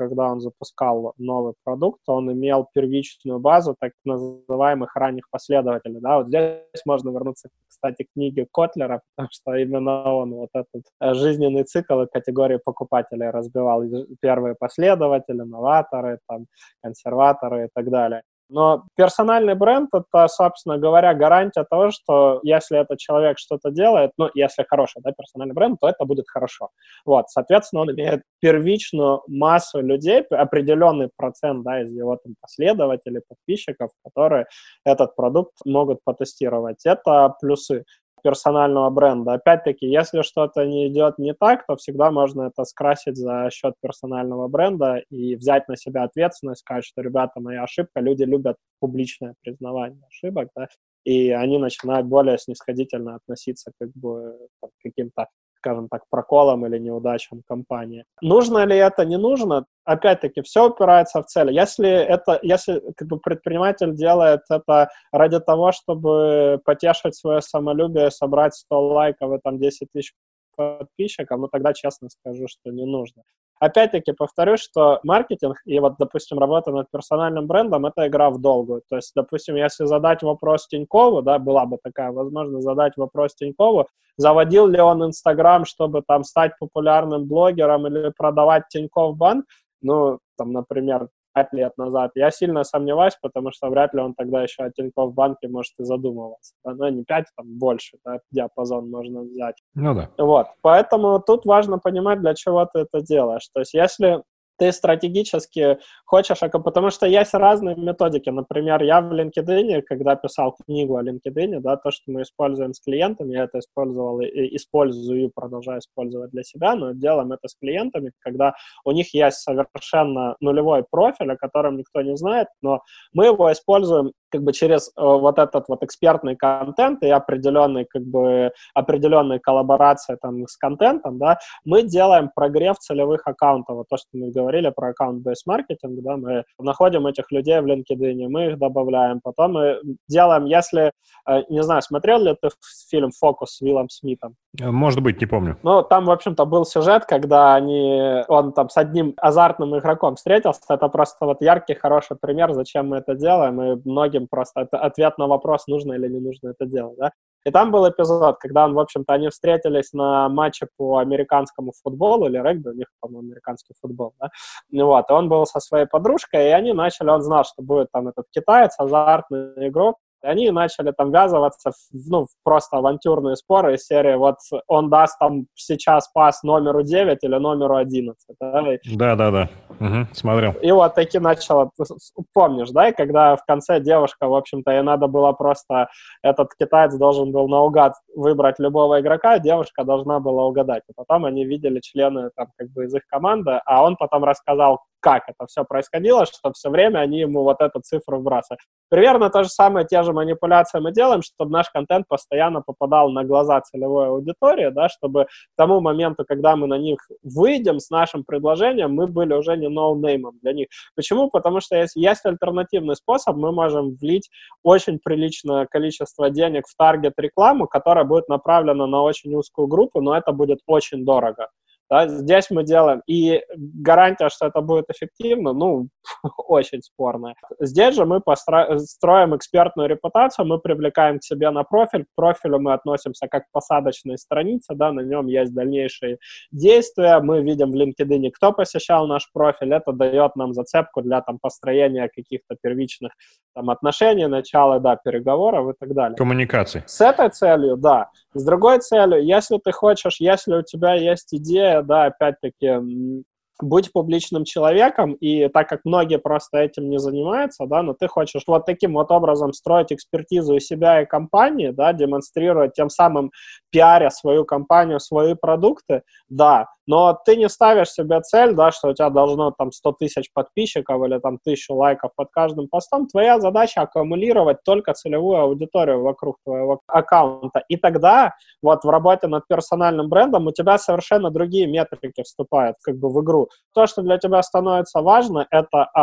когда он запускал новый продукт, он имел первичную базу так называемых ранних последователей. Да? Вот здесь можно вернуться, кстати, к книге Котлера, потому что именно он вот этот жизненный цикл и категории покупателей разбивал. Первые последователи, новаторы, там, консерваторы и так далее. Но персональный бренд — это, собственно говоря, гарантия того, что если этот человек что-то делает, ну, если хороший, да, персональный бренд, то это будет хорошо. Вот, соответственно, он имеет первичную массу людей, определенный процент, да, из его там последователей, подписчиков, которые этот продукт могут потестировать. Это плюсы персонального бренда. Опять-таки, если что-то не идет не так, то всегда можно это скрасить за счет персонального бренда и взять на себя ответственность, сказать, что, ребята, моя ошибка, люди любят публичное признавание ошибок, да, и они начинают более снисходительно относиться как бы к каким-то, скажем так, проколам или неудачам компании. Нужно ли это, не нужно? Опять-таки, все упирается в цель. Если это, если как бы предприниматель делает это ради того, чтобы потешить свое самолюбие, собрать сто лайков и там десять тысяч подписчиков, ну тогда честно скажу, что не нужно. Опять-таки повторюсь, что маркетинг и вот, допустим, работа над персональным брендом — это игра в долгую. То есть, допустим, если задать вопрос Тинькову, да, была бы такая возможность задать вопрос Тинькову, заводил ли он Инстаграм, чтобы там стать популярным блогером или продавать Тинькофф Банк, ну, там, например, пять лет назад, я сильно сомневаюсь, потому что вряд ли он тогда еще о Тинькофф Банке может и задумываться. Да? Ну, не пять, там больше, да, диапазон можно взять. Ну да. Вот, поэтому тут важно понимать, для чего ты это делаешь. То есть если ты стратегически хочешь, потому что есть разные методики. Например, я в LinkedIn, когда писал книгу о LinkedIn, да, то, что мы используем с клиентами, я это использовал и использую, продолжаю использовать для себя, но делаем это с клиентами, когда у них есть совершенно нулевой профиль, о котором никто не знает, но мы его используем как бы через э, вот этот вот экспертный контент и определенный, как бы, определенные коллаборации там с контентом, да, мы делаем прогрев целевых аккаунтов. Вот то, что мы говорили про аккаунт-based маркетинг, да, мы находим этих людей в LinkedIn, мы их добавляем, потом мы делаем, если, э, не знаю, смотрел ли ты фильм «Фокус» с Уиллом Смитом? Может быть, не помню. Ну, там, в общем-то, был сюжет, когда они, он там с одним азартным игроком встретился. Это просто вот яркий, хороший пример, зачем мы это делаем, и многим просто это ответ на вопрос, нужно или не нужно это делать, да. И там был эпизод, когда он, в общем-то, они встретились на матче по американскому футболу или регби, у них, по-моему, американский футбол, да, вот, и он был со своей подружкой, и они начали, он знал, что будет там этот китаец, азартный игрок, и они начали там ввязываться в, ну, в просто авантюрные споры из серии, вот он даст там сейчас пас номеру девять или номеру одиннадцать. Да-да-да, угу, смотрел. И вот таки начало, помнишь, да, и когда в конце девушка, в общем-то, ей надо было просто, этот китаец должен был наугад выбрать любого игрока, девушка должна была угадать. И потом они видели члены там как бы из их команды, а он потом рассказал, как это все происходило, что все время они ему вот эту цифру вбрасывают. Примерно то же самое, те же манипуляции мы делаем, чтобы наш контент постоянно попадал на глаза целевой аудитории, да, чтобы к тому моменту, когда мы на них выйдем с нашим предложением, мы были уже не ноунеймом для них. Почему? Потому что если есть альтернативный способ, мы можем влить очень приличное количество денег в таргет-рекламу, которая будет направлена на очень узкую группу, но это будет очень дорого. Да, здесь мы делаем, и гарантия, что это будет эффективно, ну, очень спорная. Здесь же мы постро... строим экспертную репутацию, мы привлекаем к себе на профиль, к профилю мы относимся как к посадочной странице, да, на нем есть дальнейшие действия, мы видим в LinkedIn, кто посещал наш профиль, это дает нам зацепку для там построения каких-то первичных там отношений, начала, да, переговоров и так далее. Коммуникации. С этой целью, да. С другой целью, если ты хочешь, если у тебя есть идея, да, опять-таки, будь публичным человеком, и так как многие просто этим не занимаются, да, но ты хочешь вот таким вот образом строить экспертизу и себя, и компании, да, демонстрируя тем самым пиаря свою компанию, свои продукты, да, но ты не ставишь себе цель, да, что у тебя должно там сто тысяч подписчиков или там тысячу лайков под каждым постом, твоя задача аккумулировать только целевую аудиторию вокруг твоего аккаунта, и тогда вот в работе над персональным брендом у тебя совершенно другие метрики вступают как бы в игру. То, что для тебя становится важно, это а.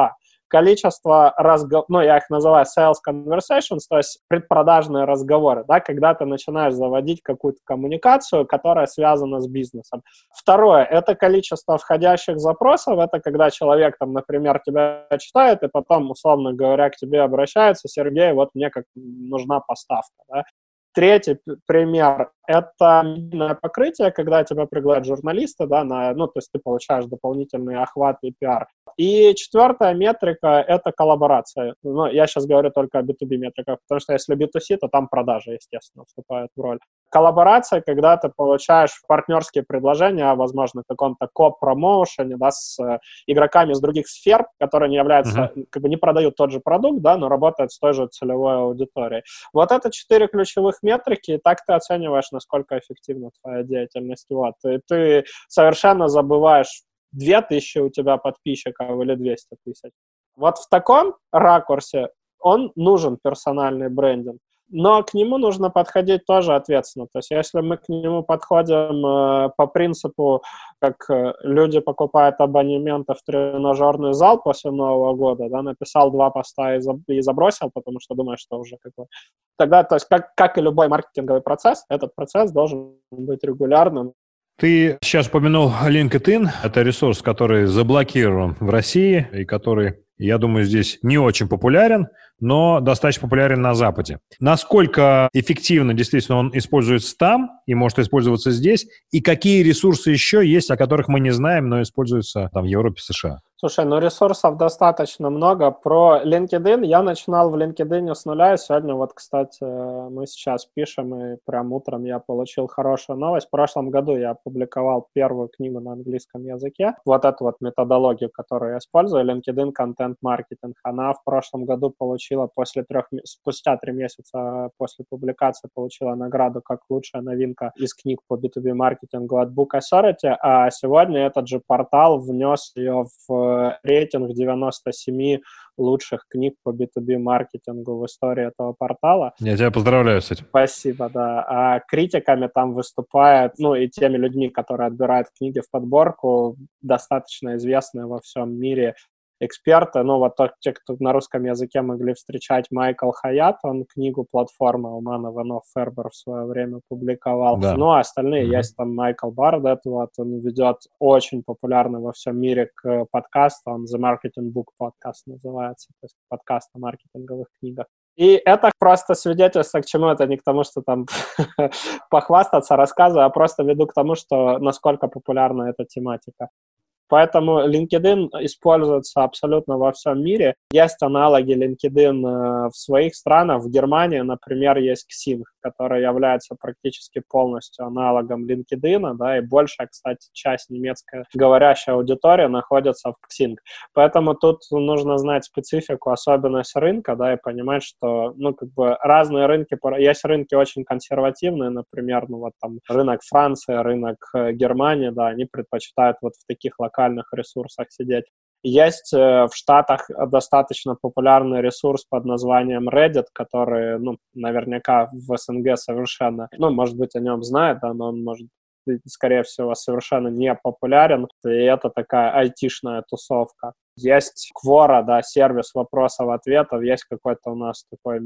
количество разговоров, ну, я их называю sales conversations, то есть предпродажные разговоры, да, когда ты начинаешь заводить какую-то коммуникацию, которая связана с бизнесом. Второе, это количество входящих запросов, это когда человек, там, например, тебя читает, и потом, условно говоря, к тебе обращается: Сергей, вот мне как нужна поставка, да. Третий пример – это медийное покрытие, когда тебя приглашают журналисты, да, на, ну, то есть ты получаешь дополнительный охват и пиар. И четвертая метрика – это коллаборация. Ну, я сейчас говорю только о би ту би метриках, потому что если би ту си, то там продажи, естественно, вступают в роль. Коллаборация, когда ты получаешь партнерские предложения, возможно, в каком-то коп-промоушене, да, с э, игроками из других сфер, которые не являются, uh-huh. как бы не продают тот же продукт, да, но работают с той же целевой аудиторией. Вот это четыре ключевых метрики, и так ты оцениваешь, насколько эффективна твоя деятельность. Вот. И ты совершенно забываешь, две тысячи у тебя подписчиков или двести тысяч. Вот в таком ракурсе он нужен, персональный брендинг. Но к нему нужно подходить тоже ответственно. То есть если мы к нему подходим э, по принципу, как э, люди покупают абонементы в тренажерный зал после Нового года, да, написал два поста и, заб- и забросил, потому что думаешь, что уже как бы... Тогда, то есть как, как и любой маркетинговый процесс, этот процесс должен быть регулярным. Ты сейчас упомянул LinkedIn. Это ресурс, который заблокирован в России и который, я думаю, здесь не очень популярен, но достаточно популярен на Западе. Насколько эффективно действительно он используется там и может использоваться здесь, и какие ресурсы еще есть, о которых мы не знаем, но используются там в Европе, США? Слушай, ну ресурсов достаточно много. Про LinkedIn я начинал в LinkedIn с нуля. И сегодня вот, кстати, мы сейчас пишем, и прям утром я получил хорошую новость. В прошлом году я опубликовал первую книгу на английском языке. Вот эту вот методологию, которую я использую, LinkedIn Content Marketing, она в прошлом году получила после трех, спустя три месяца после публикации получила награду как лучшая новинка из книг по би ту би маркетингу от Book Authority, а сегодня этот же портал внес ее в рейтинг девяносто семь лучших книг по би ту би маркетингу в истории этого портала. Я тебя поздравляю с этим. Спасибо, да. А критиками там выступают, ну и теми людьми, которые отбирают книги в подборку, достаточно известные во всем мире эксперты. Ну вот те, кто на русском языке могли встречать, Майкл Хаят, он книгу «Платформа» Уман Иванов Фербер в свое время публиковал. Да. Ну а остальные, mm-hmm. есть там Майкл Бардет, вот, он ведет очень популярный во всем мире к подкасту, он The Marketing Book Podcast называется, то есть подкаст о маркетинговых книгах. И это просто свидетельство, к чему это, не к тому, что там похвастаться, рассказываю, а просто веду к тому, что насколько популярна эта тематика. Поэтому LinkedIn используется абсолютно во всем мире. Есть аналоги LinkedIn в своих странах. В Германии, например, есть Xing, который является практически полностью аналогом LinkedIn, да, и большая, кстати, часть немецкой говорящей аудитории находится в Xing. Поэтому тут нужно знать специфику, особенность рынка, да, и понимать, что, ну, как бы разные рынки, есть рынки очень консервативные, например, ну, вот там рынок Франции, рынок Германии, да, они предпочитают вот в таких локальных ресурсах сидеть. Есть э, в Штатах достаточно популярный ресурс под названием Reddit, который, ну, наверняка в СНГ совершенно, ну, может быть, о нем знает, да, но он, может, скорее всего, совершенно не популярен, и это такая айтишная тусовка. Есть Quora, да, сервис вопросов-ответов, есть какой-то у нас такой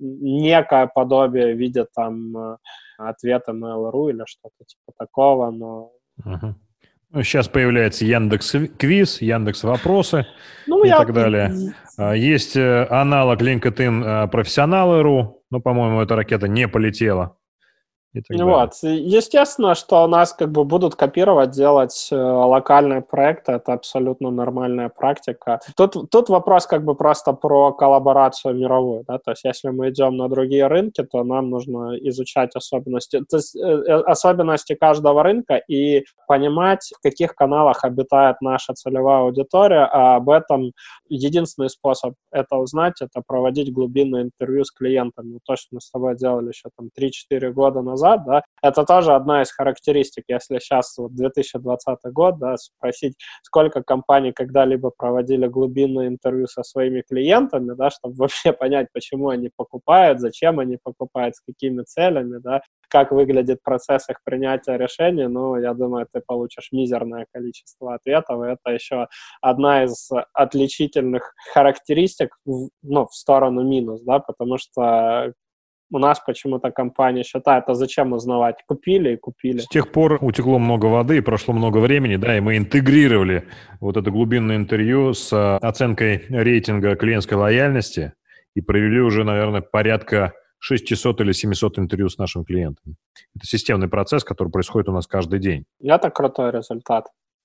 некое подобие в виде там ответа на эл эр у или что-то типа такого, но... Uh-huh. Ну, сейчас появляется Яндекс.Квиз, Яндекс.Вопросы ну, и я... так далее. Есть аналог LinkedIn Профессионалы точка ру, но, по-моему, эта ракета не полетела. Вот. Естественно, что нас как бы будут копировать, делать э, локальные проекты, это абсолютно нормальная практика. Тут, тут вопрос как бы просто про коллаборацию мировую, да, то есть если мы идем на другие рынки, то нам нужно изучать особенности, то есть, э, особенности каждого рынка и понимать, в каких каналах обитает наша целевая аудитория, а об этом единственный способ это узнать, это проводить глубинное интервью с клиентами. То, что мы с тобой делали еще там три-четыре года назад, назад, да, это тоже одна из характеристик. Если сейчас, вот две тысячи двадцатый год, да, спросить, сколько компаний когда-либо проводили глубинное интервью со своими клиентами, да, чтобы вообще понять, почему они покупают, зачем они покупают, с какими целями, да, как выглядит процесс их принятия решений, ну, я думаю, ты получишь мизерное количество ответов, и это еще одна из отличительных характеристик, в, ну, в сторону минус, да, потому что у нас почему-то компания считает, а зачем узнавать? Купили и купили. С тех пор утекло много воды, прошло много времени, да, и мы интегрировали вот это глубинное интервью с оценкой рейтинга клиентской лояльности и провели уже, наверное, порядка шестьсот или семьсот интервью с нашими клиентами. Это системный процесс, который происходит у нас каждый день. Это крутой результат.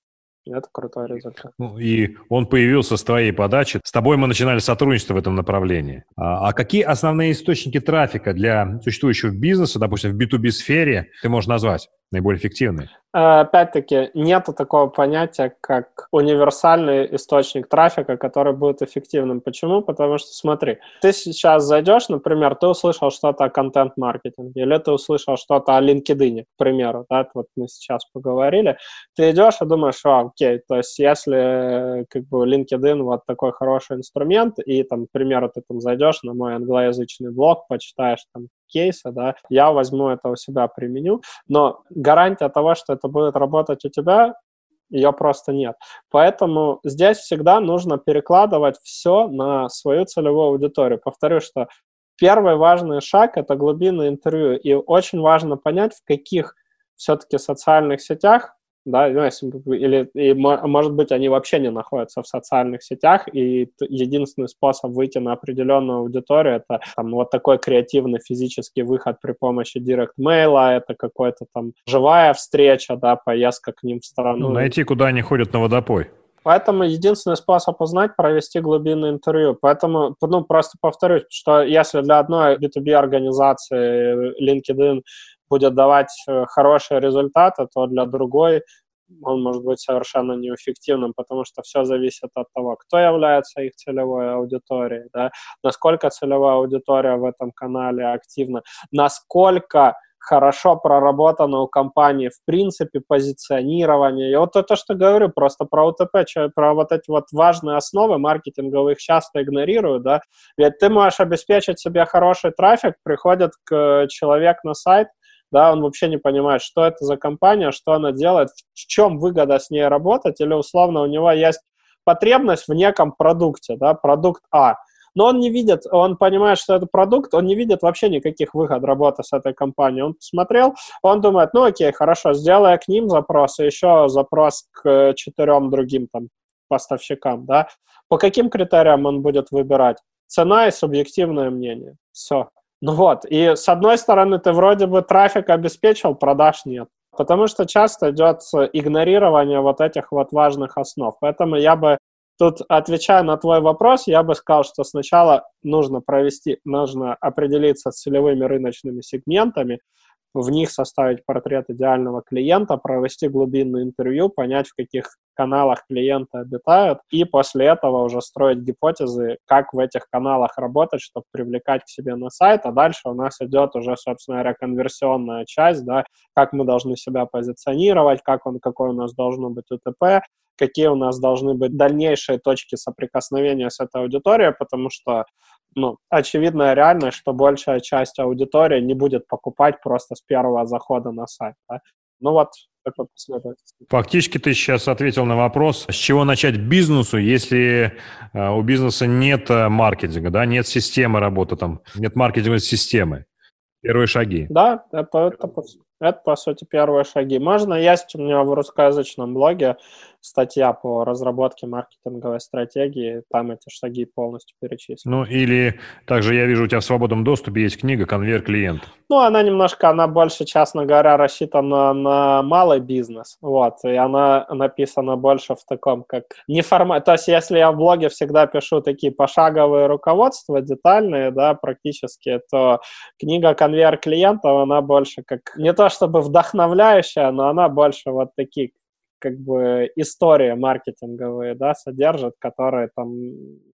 Это крутой результат. Ну, и он появился с твоей подачи. С тобой мы начинали сотрудничество в этом направлении. А, а какие основные источники трафика для существующего бизнеса, допустим, в би ту би-сфере, ты можешь назвать наиболее эффективные? Опять-таки, нету такого понятия, как универсальный источник трафика, который будет эффективным. Почему? Потому что, смотри, ты сейчас зайдешь, например, ты услышал что-то о контент-маркетинге, или ты услышал что-то о LinkedIn, к примеру, да, вот мы сейчас поговорили, ты идешь и думаешь, а, окей, то есть если как бы LinkedIn вот такой хороший инструмент, и там, к примеру, ты там зайдешь на мой англоязычный блог, почитаешь там кейсы, да, я возьму это у себя, применю, но гарантия того, что это будет работать у тебя, ее просто нет. Поэтому здесь всегда нужно перекладывать все на свою целевую аудиторию. Повторю, что первый важный шаг – это глубинное интервью, и очень важно понять, в каких все-таки социальных сетях, да, или, и, может быть, они вообще не находятся в социальных сетях, и единственный способ выйти на определенную аудиторию – это там, вот такой креативный физический выход при помощи директ-мейла, это какая-то там живая встреча, да, поездка к ним в страну. Ну, найти, куда они ходят на водопой. Поэтому единственный способ узнать – провести глубинное интервью. Поэтому, ну, просто повторюсь, что если для одной би ту би-организации LinkedIn будет давать хорошие результаты, то для другой он может быть совершенно неэффективным, потому что все зависит от того, кто является их целевой аудиторией, да, насколько целевая аудитория в этом канале активна, насколько хорошо проработано у компании, в принципе, позиционирование. И вот то, что говорю, просто про ОТП, про вот эти вот важные основы маркетинговые, их часто игнорируют, да. Ведь ты можешь обеспечить себе хороший трафик, приходит к человек на сайт, да, он вообще не понимает, что это за компания, что она делает, в чем выгода с ней работать, или условно у него есть потребность в неком продукте, да, продукт А. Но он не видит, он понимает, что это продукт, он не видит вообще никаких выгод работы с этой компанией. Он посмотрел, он думает, ну окей, хорошо, сделаю к ним запрос, и еще запрос к четырем другим там поставщикам, да. По каким критериям он будет выбирать? Цена и субъективное мнение. Все. Ну вот, и с одной стороны ты вроде бы трафик обеспечил, продаж нет. Потому что часто идет игнорирование вот этих вот важных основ. Поэтому я бы тут, отвечая на твой вопрос, я бы сказал, что сначала нужно провести, нужно определиться с целевыми рыночными сегментами, в них составить портрет идеального клиента, провести глубинное интервью, понять, в каких каналах клиенты обитают, и после этого уже строить гипотезы, как в этих каналах работать, чтобы привлекать к себе на сайт, а дальше у нас идет уже, собственно говоря, конверсионная часть, да, как мы должны себя позиционировать, как он, какой у нас должно быть УТП, какие у нас должны быть дальнейшие точки соприкосновения с этой аудиторией, потому что, ну, очевидная реальность, что большая часть аудитории не будет покупать просто с первого захода на сайт. Да? Ну вот, такой последовательность. Фактически ты сейчас ответил на вопрос, с чего начать бизнесу, если э, у бизнеса нет маркетинга, да, нет системы работы, там, нет маркетинговой системы. Первые шаги. Да, это, это, это, по сути, первые шаги. Можно, есть у меня в русскоязычном блоге статья по разработке маркетинговой стратегии, там эти шаги полностью перечислены. Ну, или также я вижу, у тебя в свободном доступе есть книга «Конверт клиентов». Ну, она немножко, она больше, честно говоря, рассчитана на малый бизнес, вот, и она написана больше в таком, как неформат, то есть если я в блоге всегда пишу такие пошаговые руководства, детальные, да, практически, то книга «Конверт клиентов», она больше как, не то чтобы вдохновляющая, но она больше вот такие, как бы истории маркетинговые, да, содержит, которые там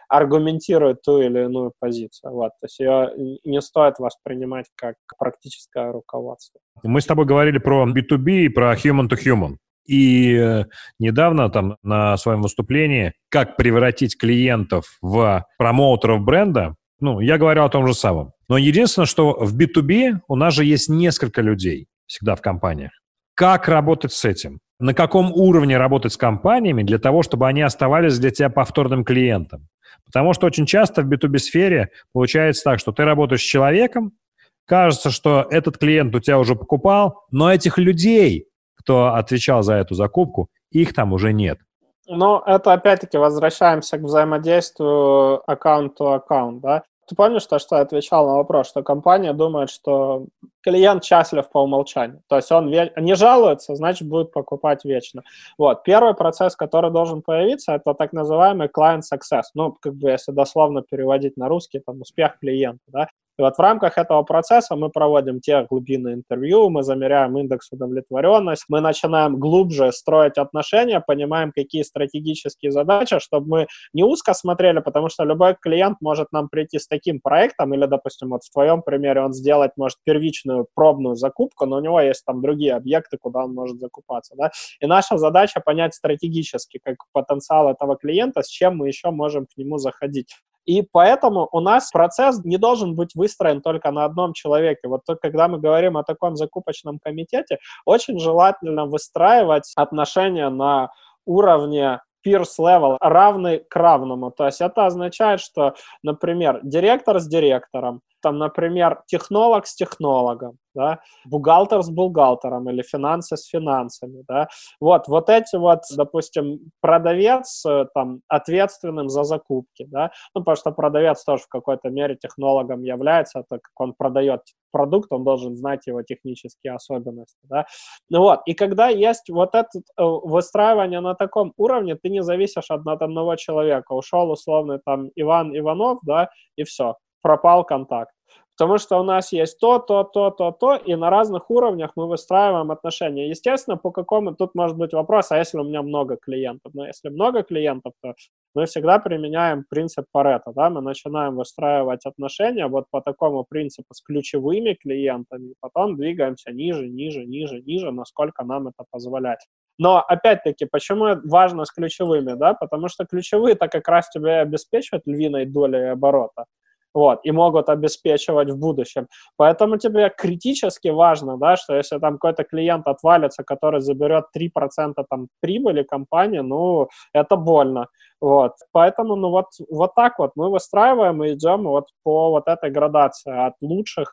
аргументирует ту или иную позицию. Вот. То есть ее не стоит воспринимать как практическое руководство. Мы с тобой говорили про би ту би и про human to human. И э, недавно там на своем выступлении «Как превратить клиентов в промоутеров бренда», ну, я говорил о том же самом. Но единственное, что в би ту би у нас же есть несколько людей всегда в компаниях. Как работать с этим? На каком уровне работать с компаниями для того, чтобы они оставались для тебя повторным клиентом? Потому что очень часто в би ту би-сфере получается так, что ты работаешь с человеком, кажется, что этот клиент у тебя уже покупал, но этих людей, кто отвечал за эту закупку, их там уже нет. Ну, это опять-таки возвращаемся к взаимодействию аккаунт-то-аккаунт, да? Ты помнишь то, что я отвечал на вопрос, что компания думает, что клиент счастлив по умолчанию. То есть он ве- не жалуется, значит, будет покупать вечно. Вот. Первый процесс, который должен появиться, это так называемый client success. Ну, как бы, если дословно переводить на русский, там, успех клиента, да? И вот в рамках этого процесса мы проводим те глубинные интервью, мы замеряем индекс удовлетворенности, мы начинаем глубже строить отношения, понимаем, какие стратегические задачи, чтобы мы не узко смотрели, потому что любой клиент может нам прийти с таким проектом, или, допустим, вот в твоем примере он сделать может первичную пробную закупку, но у него есть там другие объекты, куда он может закупаться, да? И наша задача понять стратегически, как потенциал этого клиента, с чем мы еще можем к нему заходить. И поэтому у нас процесс не должен быть выстроен только на одном человеке. Вот то, когда мы говорим о таком закупочном комитете, очень желательно выстраивать отношения на уровне peers level, равный к равному. То есть это означает, что, например, директор с директором, там, например, технолог с технологом, да, бухгалтер с бухгалтером или финансы с финансами, да. Вот, вот эти вот, допустим, продавец там ответственным за закупки, да, ну, потому что продавец тоже в какой-то мере технологом является, так как он продает продукт, он должен знать его технические особенности, да. Ну вот, и когда есть вот это выстраивание на таком уровне, ты не зависишь от, от одного человека. Ушел условно там Иван Иванов, да, и все. Пропал контакт. Потому что у нас есть то, то, то, то, то, и на разных уровнях мы выстраиваем отношения. Естественно, по какому тут может быть вопрос, а если у меня много клиентов? Но если много клиентов, то мы всегда применяем принцип Парето, да, мы начинаем выстраивать отношения вот по такому принципу с ключевыми клиентами, потом двигаемся ниже, ниже, ниже, ниже, насколько нам это позволяет. Но, опять-таки, почему важно с ключевыми, да, потому что ключевые-то как раз тебя обеспечивают львиной долей оборота. Вот, и могут обеспечивать в будущем. Поэтому тебе критически важно, да, что если там какой-то клиент отвалится, который заберет три процента там прибыли компании, ну, это больно. Вот, поэтому, ну, вот, вот так вот мы выстраиваем и идем вот по вот этой градации от лучших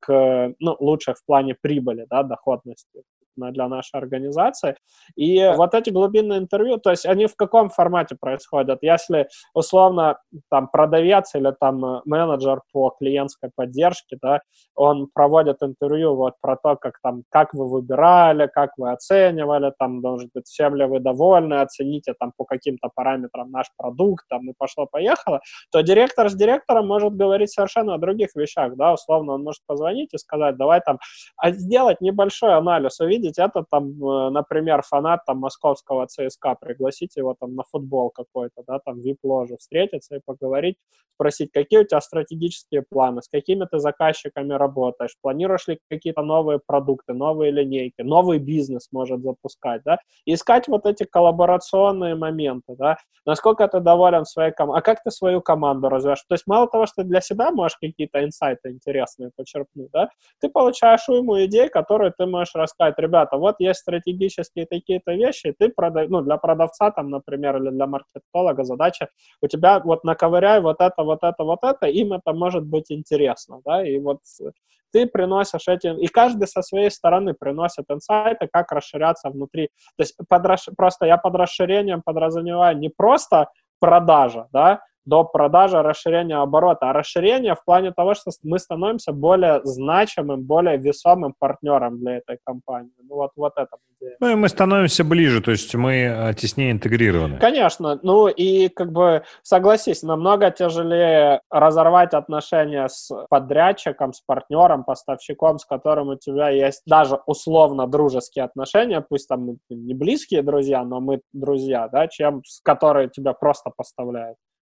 к, ну, лучших в плане прибыли, да, доходности для нашей организации. И вот эти глубинные интервью, то есть они в каком формате происходят? Если, условно, там продавец или там менеджер по клиентской поддержке, да, он проводит интервью вот про то, как там, как вы выбирали, как вы оценивали, там, может быть, всем ли вы довольны, оцените там по каким-то параметрам наш продукт, там, и пошло-поехало, то директор с директором может говорить совершенно о других вещах, да, условно, он может позвонить и сказать, давай там, а сделать небольшой анализ, увидеть это там, например, фанат там московского ЦСКА, пригласить его там на футбол какой-то, да, там вип-ложу, встретиться и поговорить, спросить, какие у тебя стратегические планы, с какими ты заказчиками работаешь, планируешь ли какие-то новые продукты, новые линейки, новый бизнес может запускать, да, и искать вот эти коллаборационные моменты, да, насколько ты доволен своей командой, а как ты свою команду развиваешь, то есть мало того, что ты для себя можешь какие-то инсайты интересные почерпнуть, да, ты получаешь уйму идей, которые ты можешь рассказать, ребята, вот есть стратегические такие-то вещи, ты продав... ну, для продавца, там, например, или для маркетолога задача, у тебя вот наковыряй вот это, вот это, вот это, им это может быть интересно, да, и вот ты приносишь эти, и каждый со своей стороны приносит инсайты, как расширяться внутри, то есть под расш... просто я под расширением подразумеваю не просто продажа, да, до продажи, расширения оборота, а расширение в плане того, что мы становимся более значимым, более весомым партнером для этой компании. Ну вот, вот это идея. Ну и мы становимся ближе, то есть мы теснее интегрированы. Конечно, ну и как бы согласись, намного тяжелее разорвать отношения с подрядчиком, с партнером, поставщиком, с которым у тебя есть даже условно дружеские отношения, пусть там не близкие друзья, но мы друзья, да, чем с которой тебя просто поставляют.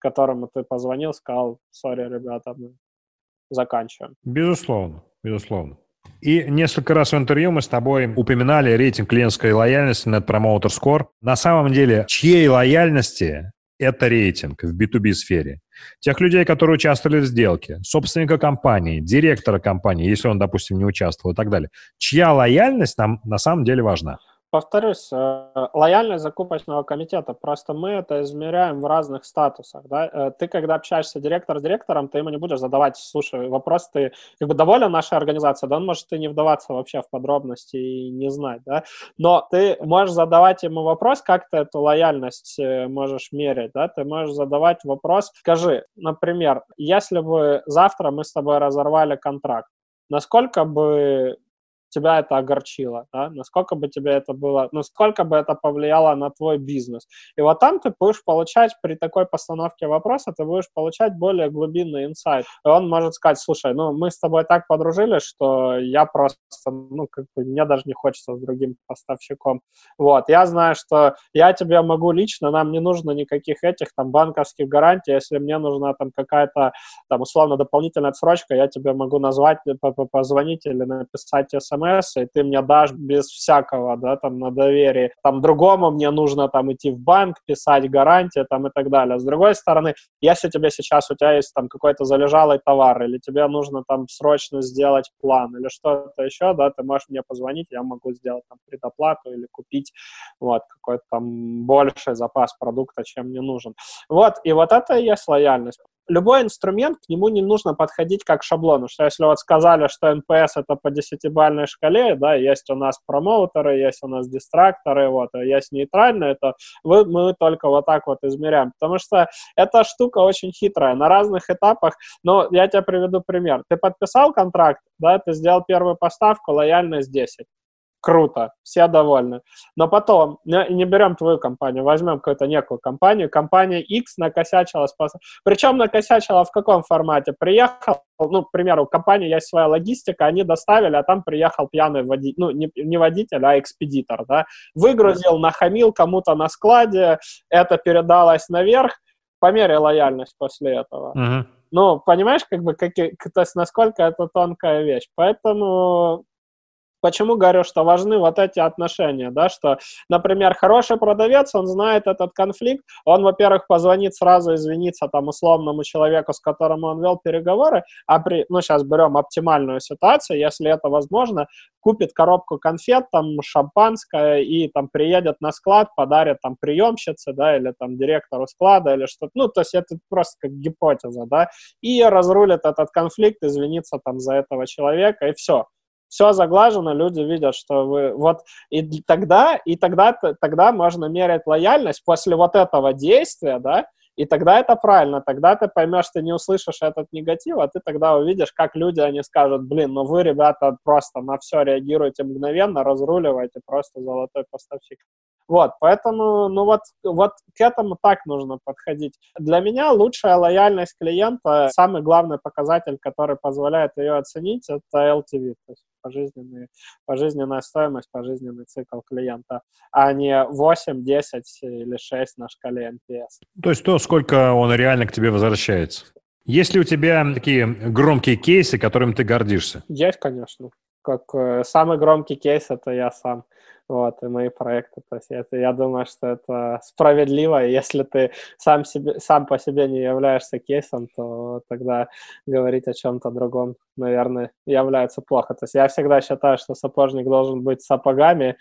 которому ты позвонил, сказал, сори, ребята, мы заканчиваем. Безусловно, безусловно. И несколько раз в интервью мы с тобой упоминали рейтинг клиентской лояльности Net Promoter Score. На самом деле, чьей лояльности это рейтинг в би ту би-сфере? Тех людей, которые участвовали в сделке, собственника компании, директора компании, если он, допустим, не участвовал и так далее. Чья лояльность нам на самом деле важна? Повторюсь, лояльность закупочного комитета, просто мы это измеряем в разных статусах, да. Ты, когда общаешься директор с директором, ты ему не будешь задавать, слушай, вопрос, ты как бы доволен нашей организацией, да, он может и не вдаваться вообще в подробности и не знать, да, но ты можешь задавать ему вопрос, как ты эту лояльность можешь мерить, да, ты можешь задавать вопрос, скажи, например, если бы завтра мы с тобой разорвали контракт, насколько бы тебя это огорчило, да? Насколько бы тебе это было, насколько бы это повлияло на твой бизнес. И вот там ты будешь получать, при такой постановке вопроса, ты будешь получать более глубинный инсайт. И он может сказать, слушай, ну, мы с тобой так подружились, что я просто, ну, как бы, мне даже не хочется с другим поставщиком. Вот, я знаю, что я тебе могу лично, нам не нужно никаких этих, там, банковских гарантий, если мне нужна, там, какая-то, там, условно, дополнительная отсрочка, я тебе могу назвать, позвонить или написать смс, и ты мне дашь без всякого, да, там, на доверии. Там, другому мне нужно, там, идти в банк, писать гарантии, там, и так далее. С другой стороны, если тебе сейчас, у тебя есть, там, какой-то залежалый товар, или тебе нужно, там, срочно сделать план, или что-то еще, да, ты можешь мне позвонить, я могу сделать, там, предоплату или купить, вот, какой-то, там, больший запас продукта, чем мне нужен. Вот, и вот это и есть лояльность. Любой инструмент, к нему не нужно подходить как к шаблону, что если вот сказали, что эн пи эс это по десятибалльной шкале, да, есть у нас промоутеры, есть у нас дистракторы, вот, а есть нейтральные, то вы, мы только вот так вот измеряем, потому что эта штука очень хитрая, на разных этапах, но я тебе приведу пример. Ты подписал контракт, да, ты сделал первую поставку, лояльность десять. Круто, все довольны. Но потом, не, не берем твою компанию, возьмем какую-то некую компанию, компания X накосячила, спас... причем накосячила в каком формате? Приехал, ну, к примеру, у компании есть своя логистика, они доставили, а там приехал пьяный водитель, ну, не, не водитель, а экспедитор, да, выгрузил, нахамил кому-то на складе, это передалось наверх, померяй лояльность после этого. Uh-huh. Ну, понимаешь, как бы, как, то есть, насколько это тонкая вещь. Поэтому... Почему говорю, что важны вот эти отношения, да, что, например, хороший продавец, он знает этот конфликт, он, во-первых, позвонит сразу извиниться там условному человеку, с которым он вел переговоры, а при, ну, сейчас берем оптимальную ситуацию, если это возможно, купит коробку конфет, там, шампанское и там приедет на склад, подарит там приемщице, да, или там директору склада, или что-то, ну, то есть это просто как гипотеза, да, и разрулит этот конфликт, извиниться там за этого человека, и все. Все заглажено, люди видят, что вы... Вот, и тогда, и тогда, тогда можно мерять лояльность после вот этого действия, да, и тогда это правильно, тогда ты поймешь, ты не услышишь этот негатив, а ты тогда увидишь, как люди, они скажут, блин, ну вы, ребята, просто на все реагируете мгновенно, разруливаете, просто золотой поставщик. Вот, поэтому, ну вот, вот к этому так нужно подходить. Для меня лучшая лояльность клиента, самый главный показатель, который позволяет ее оценить, это эл ти ви, то есть пожизненный, пожизненная стоимость, пожизненный цикл клиента, а не восемь, десять или шесть на шкале эн пи эс. То есть то, сколько он реально к тебе возвращается. Есть ли у тебя такие громкие кейсы, которыми ты гордишься? Есть, конечно. Как э, самый громкий кейс — это я сам. Вот, и мои проекты. То есть это, я думаю, что это справедливо. И если ты сам, себе, сам по себе не являешься кейсом, то тогда говорить о чем-то другом, наверное, является плохо. То есть я всегда считаю, что сапожник должен быть сапогами,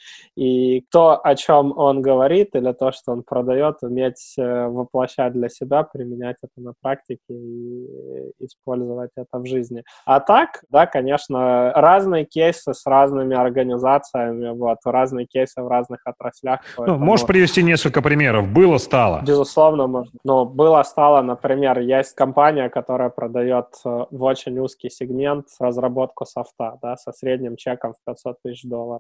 и то, о чем он говорит, или то, что он продает, уметь воплощать для себя, применять это на практике и использовать это в жизни. А так, да, конечно, разные кейсы с разными организациями, вот, разные кейсы в разных отраслях. Ну, можешь привести несколько примеров? Было, стало? Безусловно, можно. Но было, стало, например, есть компания, которая продает в очень узкий сегмент разработку софта, да, со средним чеком в пятьсот тысяч долларов.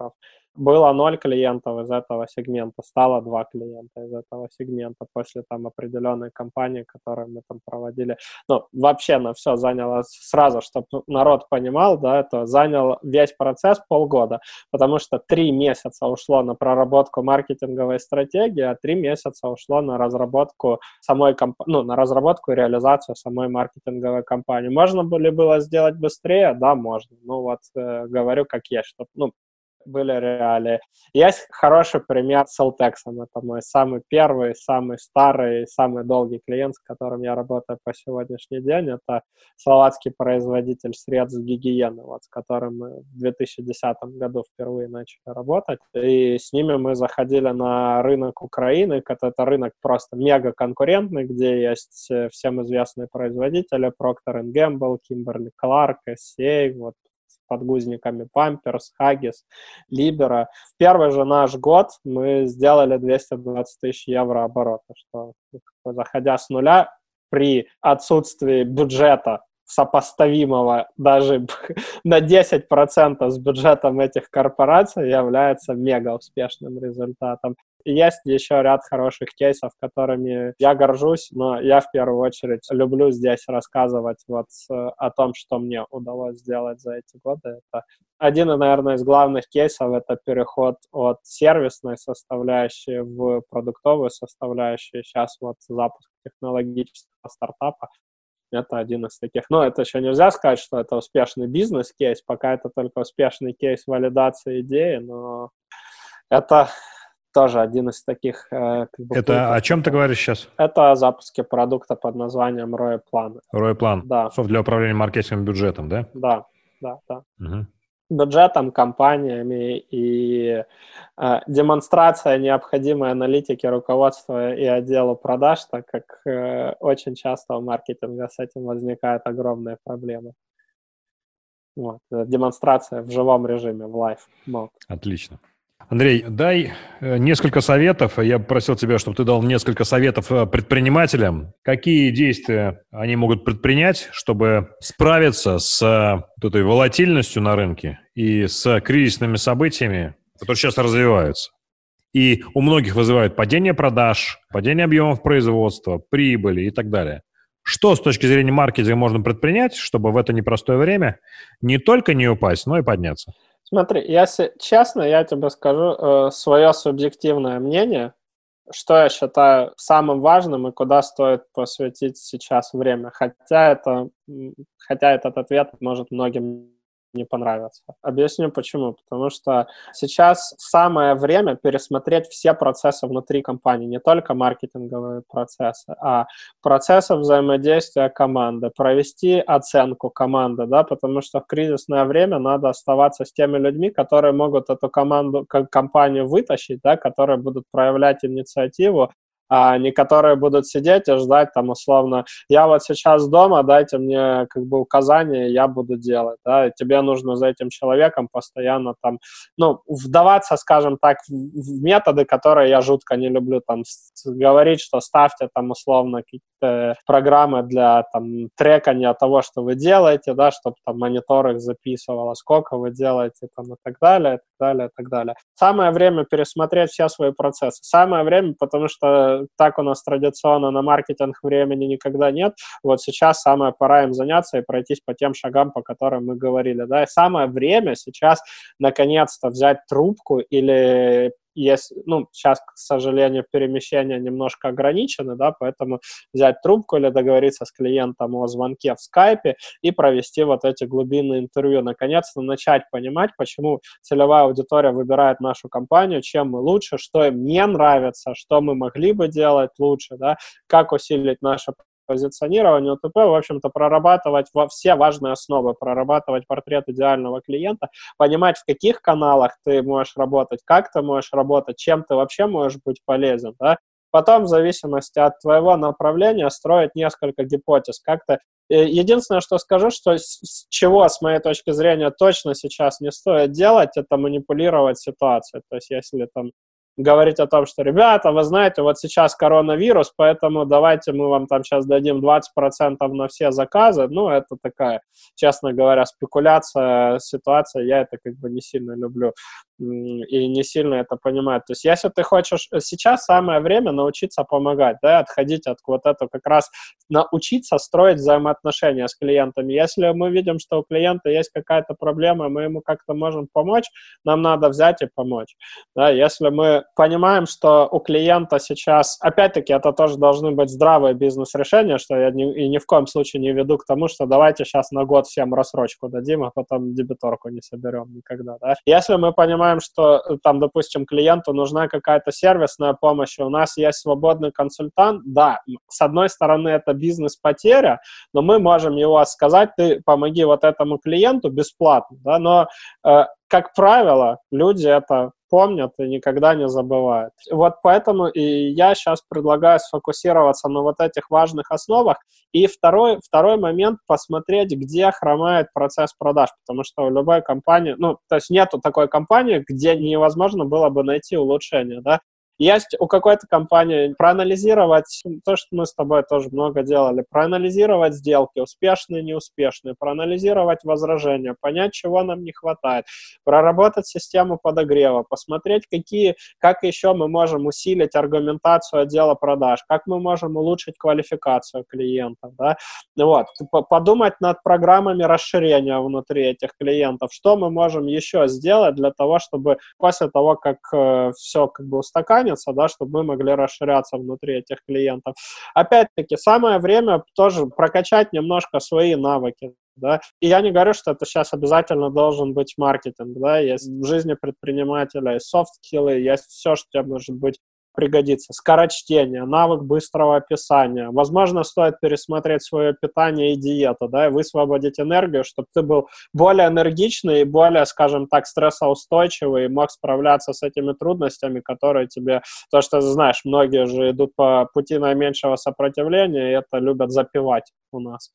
было ноль клиентов из этого сегмента, стало два клиента из этого сегмента после там определенной кампании, которую мы там проводили. Ну, вообще на все заняло сразу, чтобы народ понимал, да, это занял весь процесс полгода, потому что три месяца ушло на проработку маркетинговой стратегии, а три месяца ушло на разработку самой компании, ну, на разработку и реализацию самой маркетинговой кампании. Можно ли было сделать быстрее? Да, можно. Ну, вот э, говорю как есть, чтобы, ну, были реалии. Есть хороший пример с Элтексом. Это мой самый первый, самый старый, самый долгий клиент, с которым я работаю по сегодняшний день. Это словацкий производитель средств гигиены, вот, с которым мы в две тысячи десятом году впервые начали работать. И с ними мы заходили на рынок Украины. Это рынок просто мега конкурентный, где есть всем известные производители: Procter энд Gamble, Kimberly-Clark, эс си эй, вот, подгузниками Pampers, Huggies, Libera. В первый же наш год мы сделали двести двадцать тысяч евро оборота, что, заходя с нуля, при отсутствии бюджета, сопоставимого даже на десять процентов с бюджетом этих корпораций, является мега успешным результатом. И есть еще ряд хороших кейсов, которыми я горжусь, но я в первую очередь люблю здесь рассказывать вот о том, что мне удалось сделать за эти годы. Это один, наверное, из главных кейсов — это переход от сервисной составляющей в продуктовую составляющую. Сейчас вот запуск технологического стартапа. Это один из таких. Но это еще нельзя сказать, что это успешный бизнес-кейс, пока это только успешный кейс валидации идеи, но это тоже один из таких... Э, как бы, это пунктов. О чем ты говоришь сейчас? Это о запуске продукта под названием ROI-план. ROI-план. Да. Софт для управления маркетинговым бюджетом, да? Да, да, да. Угу. Бюджетом, компаниями и э, демонстрация необходимой аналитики руководства и отделу продаж, так как э, очень часто у маркетинга с этим возникают огромные проблемы. Вот. Демонстрация в живом режиме, в live mode. Отлично. Андрей, дай несколько советов. Я попросил тебя, чтобы ты дал несколько советов предпринимателям. Какие действия они могут предпринять, чтобы справиться с вот этой волатильностью на рынке и с кризисными событиями, которые сейчас развиваются? И у многих вызывают падение продаж, падение объемов производства, прибыли и так далее. Что с точки зрения маркетинга можно предпринять, чтобы в это непростое время не только не упасть, но и подняться? Смотри, если честно, я тебе скажу э, свое субъективное мнение, что я считаю самым важным и куда стоит посвятить сейчас время. Хотя, это, хотя этот ответ может многим не понравится. Объясню почему. Потому что сейчас самое время пересмотреть все процессы внутри компании, не только маркетинговые процессы, а процессы взаимодействия команды, провести оценку команды, да, потому что в кризисное время надо оставаться с теми людьми, которые могут эту команду, компанию вытащить, да, которые будут проявлять инициативу, а не которые будут сидеть и ждать там условно: я вот сейчас дома, дайте мне как бы указания, я буду делать, да, и тебе нужно за этим человеком постоянно там, ну, вдаваться, скажем так, в методы, которые я жутко не люблю, там, говорить, что ставьте там условно какие-то программы для там трекания того, что вы делаете, да, чтобы там монитор их записывало, сколько вы делаете там и так далее, и так далее, и так далее. Самое время пересмотреть все свои процессы. Самое время, потому что так у нас традиционно на маркетинг времени никогда нет. Вот сейчас самая пора им заняться и пройтись по тем шагам, по которым мы говорили, да. И самое время сейчас наконец-то взять трубку или... Есть, ну, сейчас, к сожалению, перемещения немножко ограничены, да, поэтому взять трубку или договориться с клиентом о звонке в скайпе и провести вот эти глубинные интервью. Наконец-то начать понимать, почему целевая аудитория выбирает нашу компанию, чем мы лучше, что им не нравится, что мы могли бы делать лучше, да, как усилить наше позиционирование ОТП, в общем-то, прорабатывать во все важные основы, прорабатывать портрет идеального клиента, понимать, в каких каналах ты можешь работать, как ты можешь работать, чем ты вообще можешь быть полезен, да. Потом, в зависимости от твоего направления, строить несколько гипотез. Как-то единственное, что скажу, что с чего, с моей точки зрения, точно сейчас не стоит делать, это манипулировать ситуацией. То есть, если там говорить о том, что, ребята, вы знаете, вот сейчас коронавирус, поэтому давайте мы вам там сейчас дадим двадцать процентов на все заказы. Ну, это такая, честно говоря, спекуляция, ситуация, я это как бы не сильно люблю и не сильно это понимаю. То есть если ты хочешь... Сейчас самое время научиться помогать, да, отходить от вот этого, как раз научиться строить взаимоотношения с клиентами. Если мы видим, что у клиента есть какая-то проблема, мы ему как-то можем помочь, нам надо взять и помочь. Да, если мы понимаем, что у клиента сейчас... Опять-таки, это тоже должны быть здравые бизнес-решения, что я ни, и ни в коем случае не веду к тому, что давайте сейчас на год всем рассрочку дадим, а потом дебиторку не соберем никогда. Да? Если мы понимаем, что там, допустим, клиенту нужна какая-то сервисная помощь, и у нас есть свободный консультант, да, с одной стороны, это бизнес-потеря, но мы можем его сказать, ты помоги вот этому клиенту бесплатно, да, но, э, как правило, люди это помнят и никогда не забывают. Вот поэтому и я сейчас предлагаю сфокусироваться на вот этих важных основах. И второй, второй момент — посмотреть, где хромает процесс продаж, потому что у любой компании, ну, то есть нету такой компании, где невозможно было бы найти улучшение, да. Есть у какой-то компании проанализировать то, что мы с тобой тоже много делали, проанализировать сделки, успешные, неуспешные, проанализировать возражения, понять, чего нам не хватает, проработать систему подогрева, посмотреть, какие, как еще мы можем усилить аргументацию отдела продаж, как мы можем улучшить квалификацию клиентов, да? Вот. Подумать над программами расширения внутри этих клиентов, что мы можем еще сделать для того, чтобы после того, как э, все как бы устаканится, да, чтобы мы могли расширяться внутри этих клиентов. Опять-таки, самое время тоже прокачать немножко свои навыки. Да? И я не говорю, что это сейчас обязательно должен быть маркетинг. Да? Есть в жизни предпринимателя есть софт-скиллы, есть все, что тебе может быть пригодится. Скорочтение, навык быстрого описания. Возможно, стоит пересмотреть свое питание и диету, да, и высвободить энергию, чтобы ты был более энергичный и более, скажем так, стрессоустойчивый и мог справляться с этими трудностями, которые тебе... То, что, знаешь, многие же идут по пути наименьшего сопротивления, и это любят запивать у нас.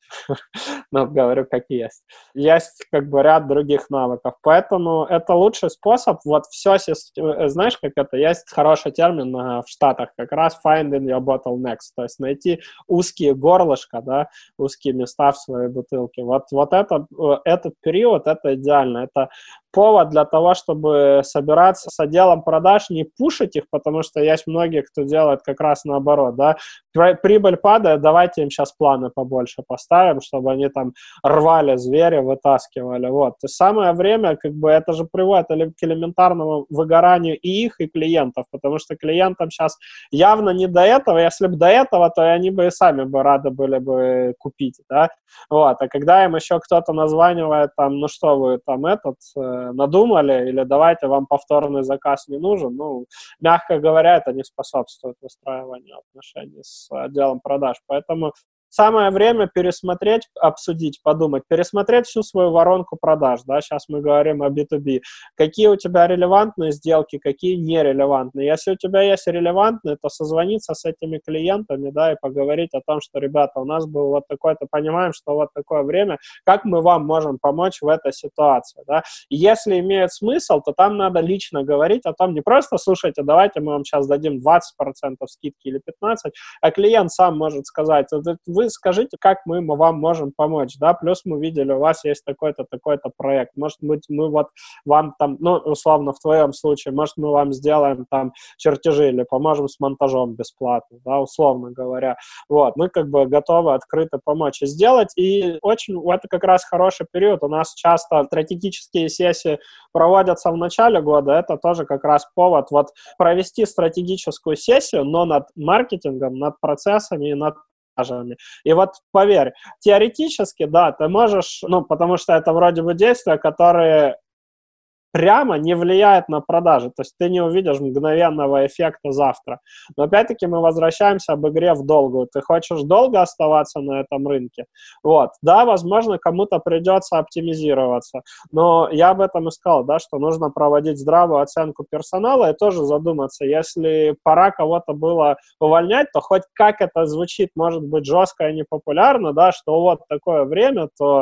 Ну, говорю, как есть. Есть, как бы, ряд других навыков. Поэтому это лучший способ. Вот все... Знаешь, как это? Есть хороший термин на в Штатах как раз finding your bottlenecks, то есть найти узкие горлышко, да, узкие места в своей бутылке. Вот, вот это, этот период, это идеально. Это повод для того, чтобы собираться с отделом продаж, не пушить их, потому что есть многие, кто делает как раз наоборот, да, прибыль падает, давайте им сейчас планы побольше поставим, чтобы они там рвали зверя, вытаскивали, вот. И самое время, как бы, это же приводит к элементарному выгоранию и их, и клиентов, потому что клиентам сейчас явно не до этого, если бы до этого, то они бы и сами бы рады были бы купить, да, вот, а когда им еще кто-то названивает, там, ну что вы там этот надумали, или давайте вам повторный заказ не нужен, ну, мягко говоря, это не способствует выстраиванию отношений с отделом продаж. Поэтому самое время пересмотреть, обсудить, подумать, пересмотреть всю свою воронку продаж, да, сейчас мы говорим о би ту би. Какие у тебя релевантные сделки, какие нерелевантные. Если у тебя есть релевантные, то созвониться с этими клиентами, да, и поговорить о том, что, ребята, у нас был вот такой-то, понимаем, что вот такое время, как мы вам можем помочь в этой ситуации, да. И если имеет смысл, то там надо лично говорить о том, не просто, слушайте, давайте мы вам сейчас дадим двадцать процентов скидки или пятнадцать процентов, а клиент сам может сказать, вы скажите, как мы вам можем помочь, да, плюс мы видели, у вас есть такой-то, такой-то проект, может быть, мы вот вам там, ну, условно, в твоем случае, может, мы вам сделаем там чертежи или поможем с монтажом бесплатно, да, условно говоря, вот, мы как бы готовы открыто помочь и сделать, и очень, это как раз хороший период, у нас часто стратегические сессии проводятся в начале года, это тоже как раз повод вот провести стратегическую сессию, но над маркетингом, над процессами и над И вот поверь, теоретически, да, ты можешь, ну, потому что это вроде бы действия, которые прямо не влияет на продажи, то есть ты не увидишь мгновенного эффекта завтра. Но опять-таки мы возвращаемся об игре в долгую. Ты хочешь долго оставаться на этом рынке? Вот. Да, возможно, кому-то придется оптимизироваться, но я об этом и сказал, да, что нужно проводить здравую оценку персонала и тоже задуматься, если пора кого-то было увольнять, то хоть как это звучит, может быть, жестко и непопулярно, да, что вот такое время, то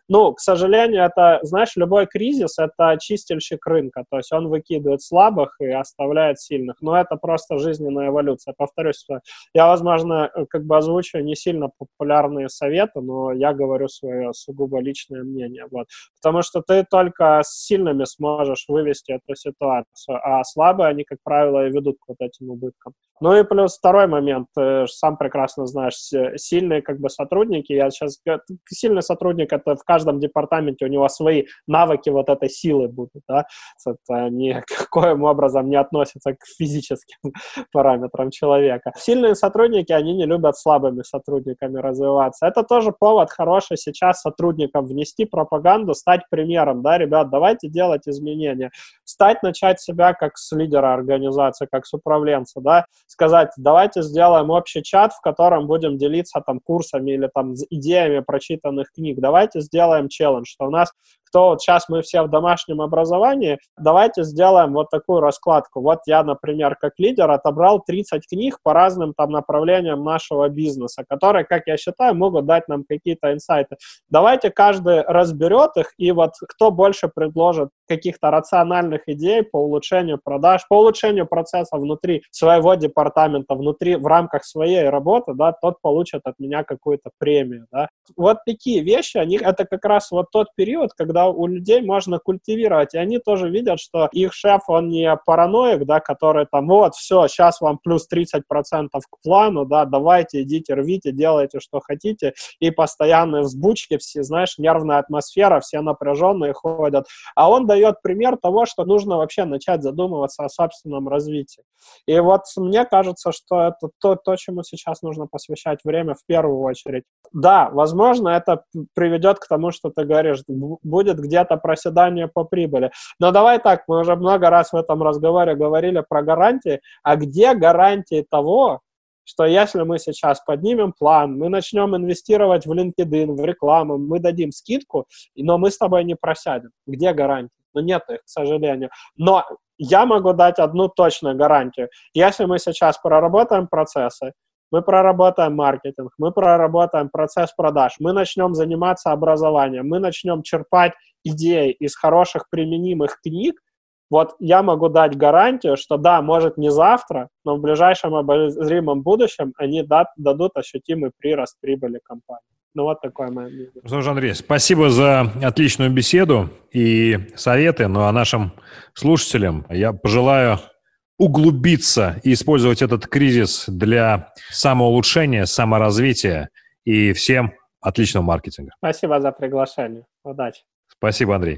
Ну, к сожалению, это, знаешь, любой кризис — это чистильщик рынка, то есть он выкидывает слабых и оставляет сильных, но это просто жизненная эволюция. Повторюсь, я, возможно, как бы озвучу не сильно популярные советы, но я говорю свое сугубо личное мнение, вот. Потому что ты только с сильными сможешь вывести эту ситуацию, а слабые, они, как правило, и ведут к вот этим убыткам. Ну и плюс второй момент, ты сам прекрасно знаешь, сильные как бы сотрудники, я сейчас, сильный сотрудник — это в каждом департаменте у него свои навыки вот этой силы будут, да, это никаким образом не относится к физическим параметрам человека. Сильные сотрудники, они не любят слабыми сотрудниками развиваться. Это тоже повод хороший сейчас сотрудникам внести пропаганду, стать примером, да, ребят, давайте делать изменения, стать, начать себя как с лидера организации, как с управленца, да, сказать, давайте сделаем общий чат, в котором будем делиться там курсами или там идеями прочитанных книг, давайте сделаем челлендж, что у нас, кто вот сейчас мы все в домашнем образовании, давайте сделаем вот такую раскладку. Вот я, например, как лидер отобрал тридцать книг по разным там направлениям нашего бизнеса, которые, как я считаю, могут дать нам какие-то инсайты. Давайте каждый разберет их, и вот кто больше предложит каких-то рациональных идей по улучшению продаж, по улучшению процесса внутри своего департамента, внутри, в рамках своей работы, да, тот получит от меня какую-то премию, да. Вот такие вещи, они, это как раз вот тот период, когда у людей можно культивировать, и они тоже видят, что их шеф, он не параноик, да, который там, вот, все, сейчас вам плюс тридцать процентов к плану, да, давайте, идите, рвите, делайте, что хотите, и постоянные взбучки, все, знаешь, нервная атмосфера, все напряженные ходят, а он дает пример того, что нужно вообще начать задумываться о собственном развитии. И вот мне кажется, что это то, то, чему сейчас нужно посвящать время в первую очередь. Да, возможно, это приведет к тому, что ты говоришь, будет где-то проседание по прибыли. Но давай так, мы уже много раз в этом разговоре говорили про гарантии, а где гарантии того, что если мы сейчас поднимем план, мы начнем инвестировать в LinkedIn, в рекламу, мы дадим скидку, но мы с тобой не просядем. Где гарантии? Ну, нет их, к сожалению. Но я могу дать одну точную гарантию. Если мы сейчас проработаем процессы, мы проработаем маркетинг, мы проработаем процесс продаж, мы начнем заниматься образованием, мы начнем черпать идеи из хороших применимых книг, вот я могу дать гарантию, что да, может не завтра, но в ближайшем обозримом будущем они дад, дадут ощутимый прирост прибыли компании. Ну вот такое мое мнение. Слушай, Андрей, спасибо за отличную беседу и советы. Ну а нашим слушателям я пожелаю углубиться и использовать этот кризис для самоулучшения, саморазвития и всем отличного маркетинга. Спасибо за приглашение. Удачи. Спасибо, Андрей.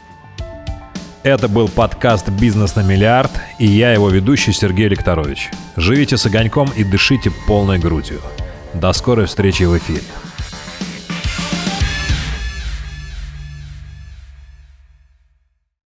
Это был подкаст «Бизнес на миллиард» и я, его ведущий Сергей Лекторович. Живите с огоньком и дышите полной грудью. До скорой встречи в эфире.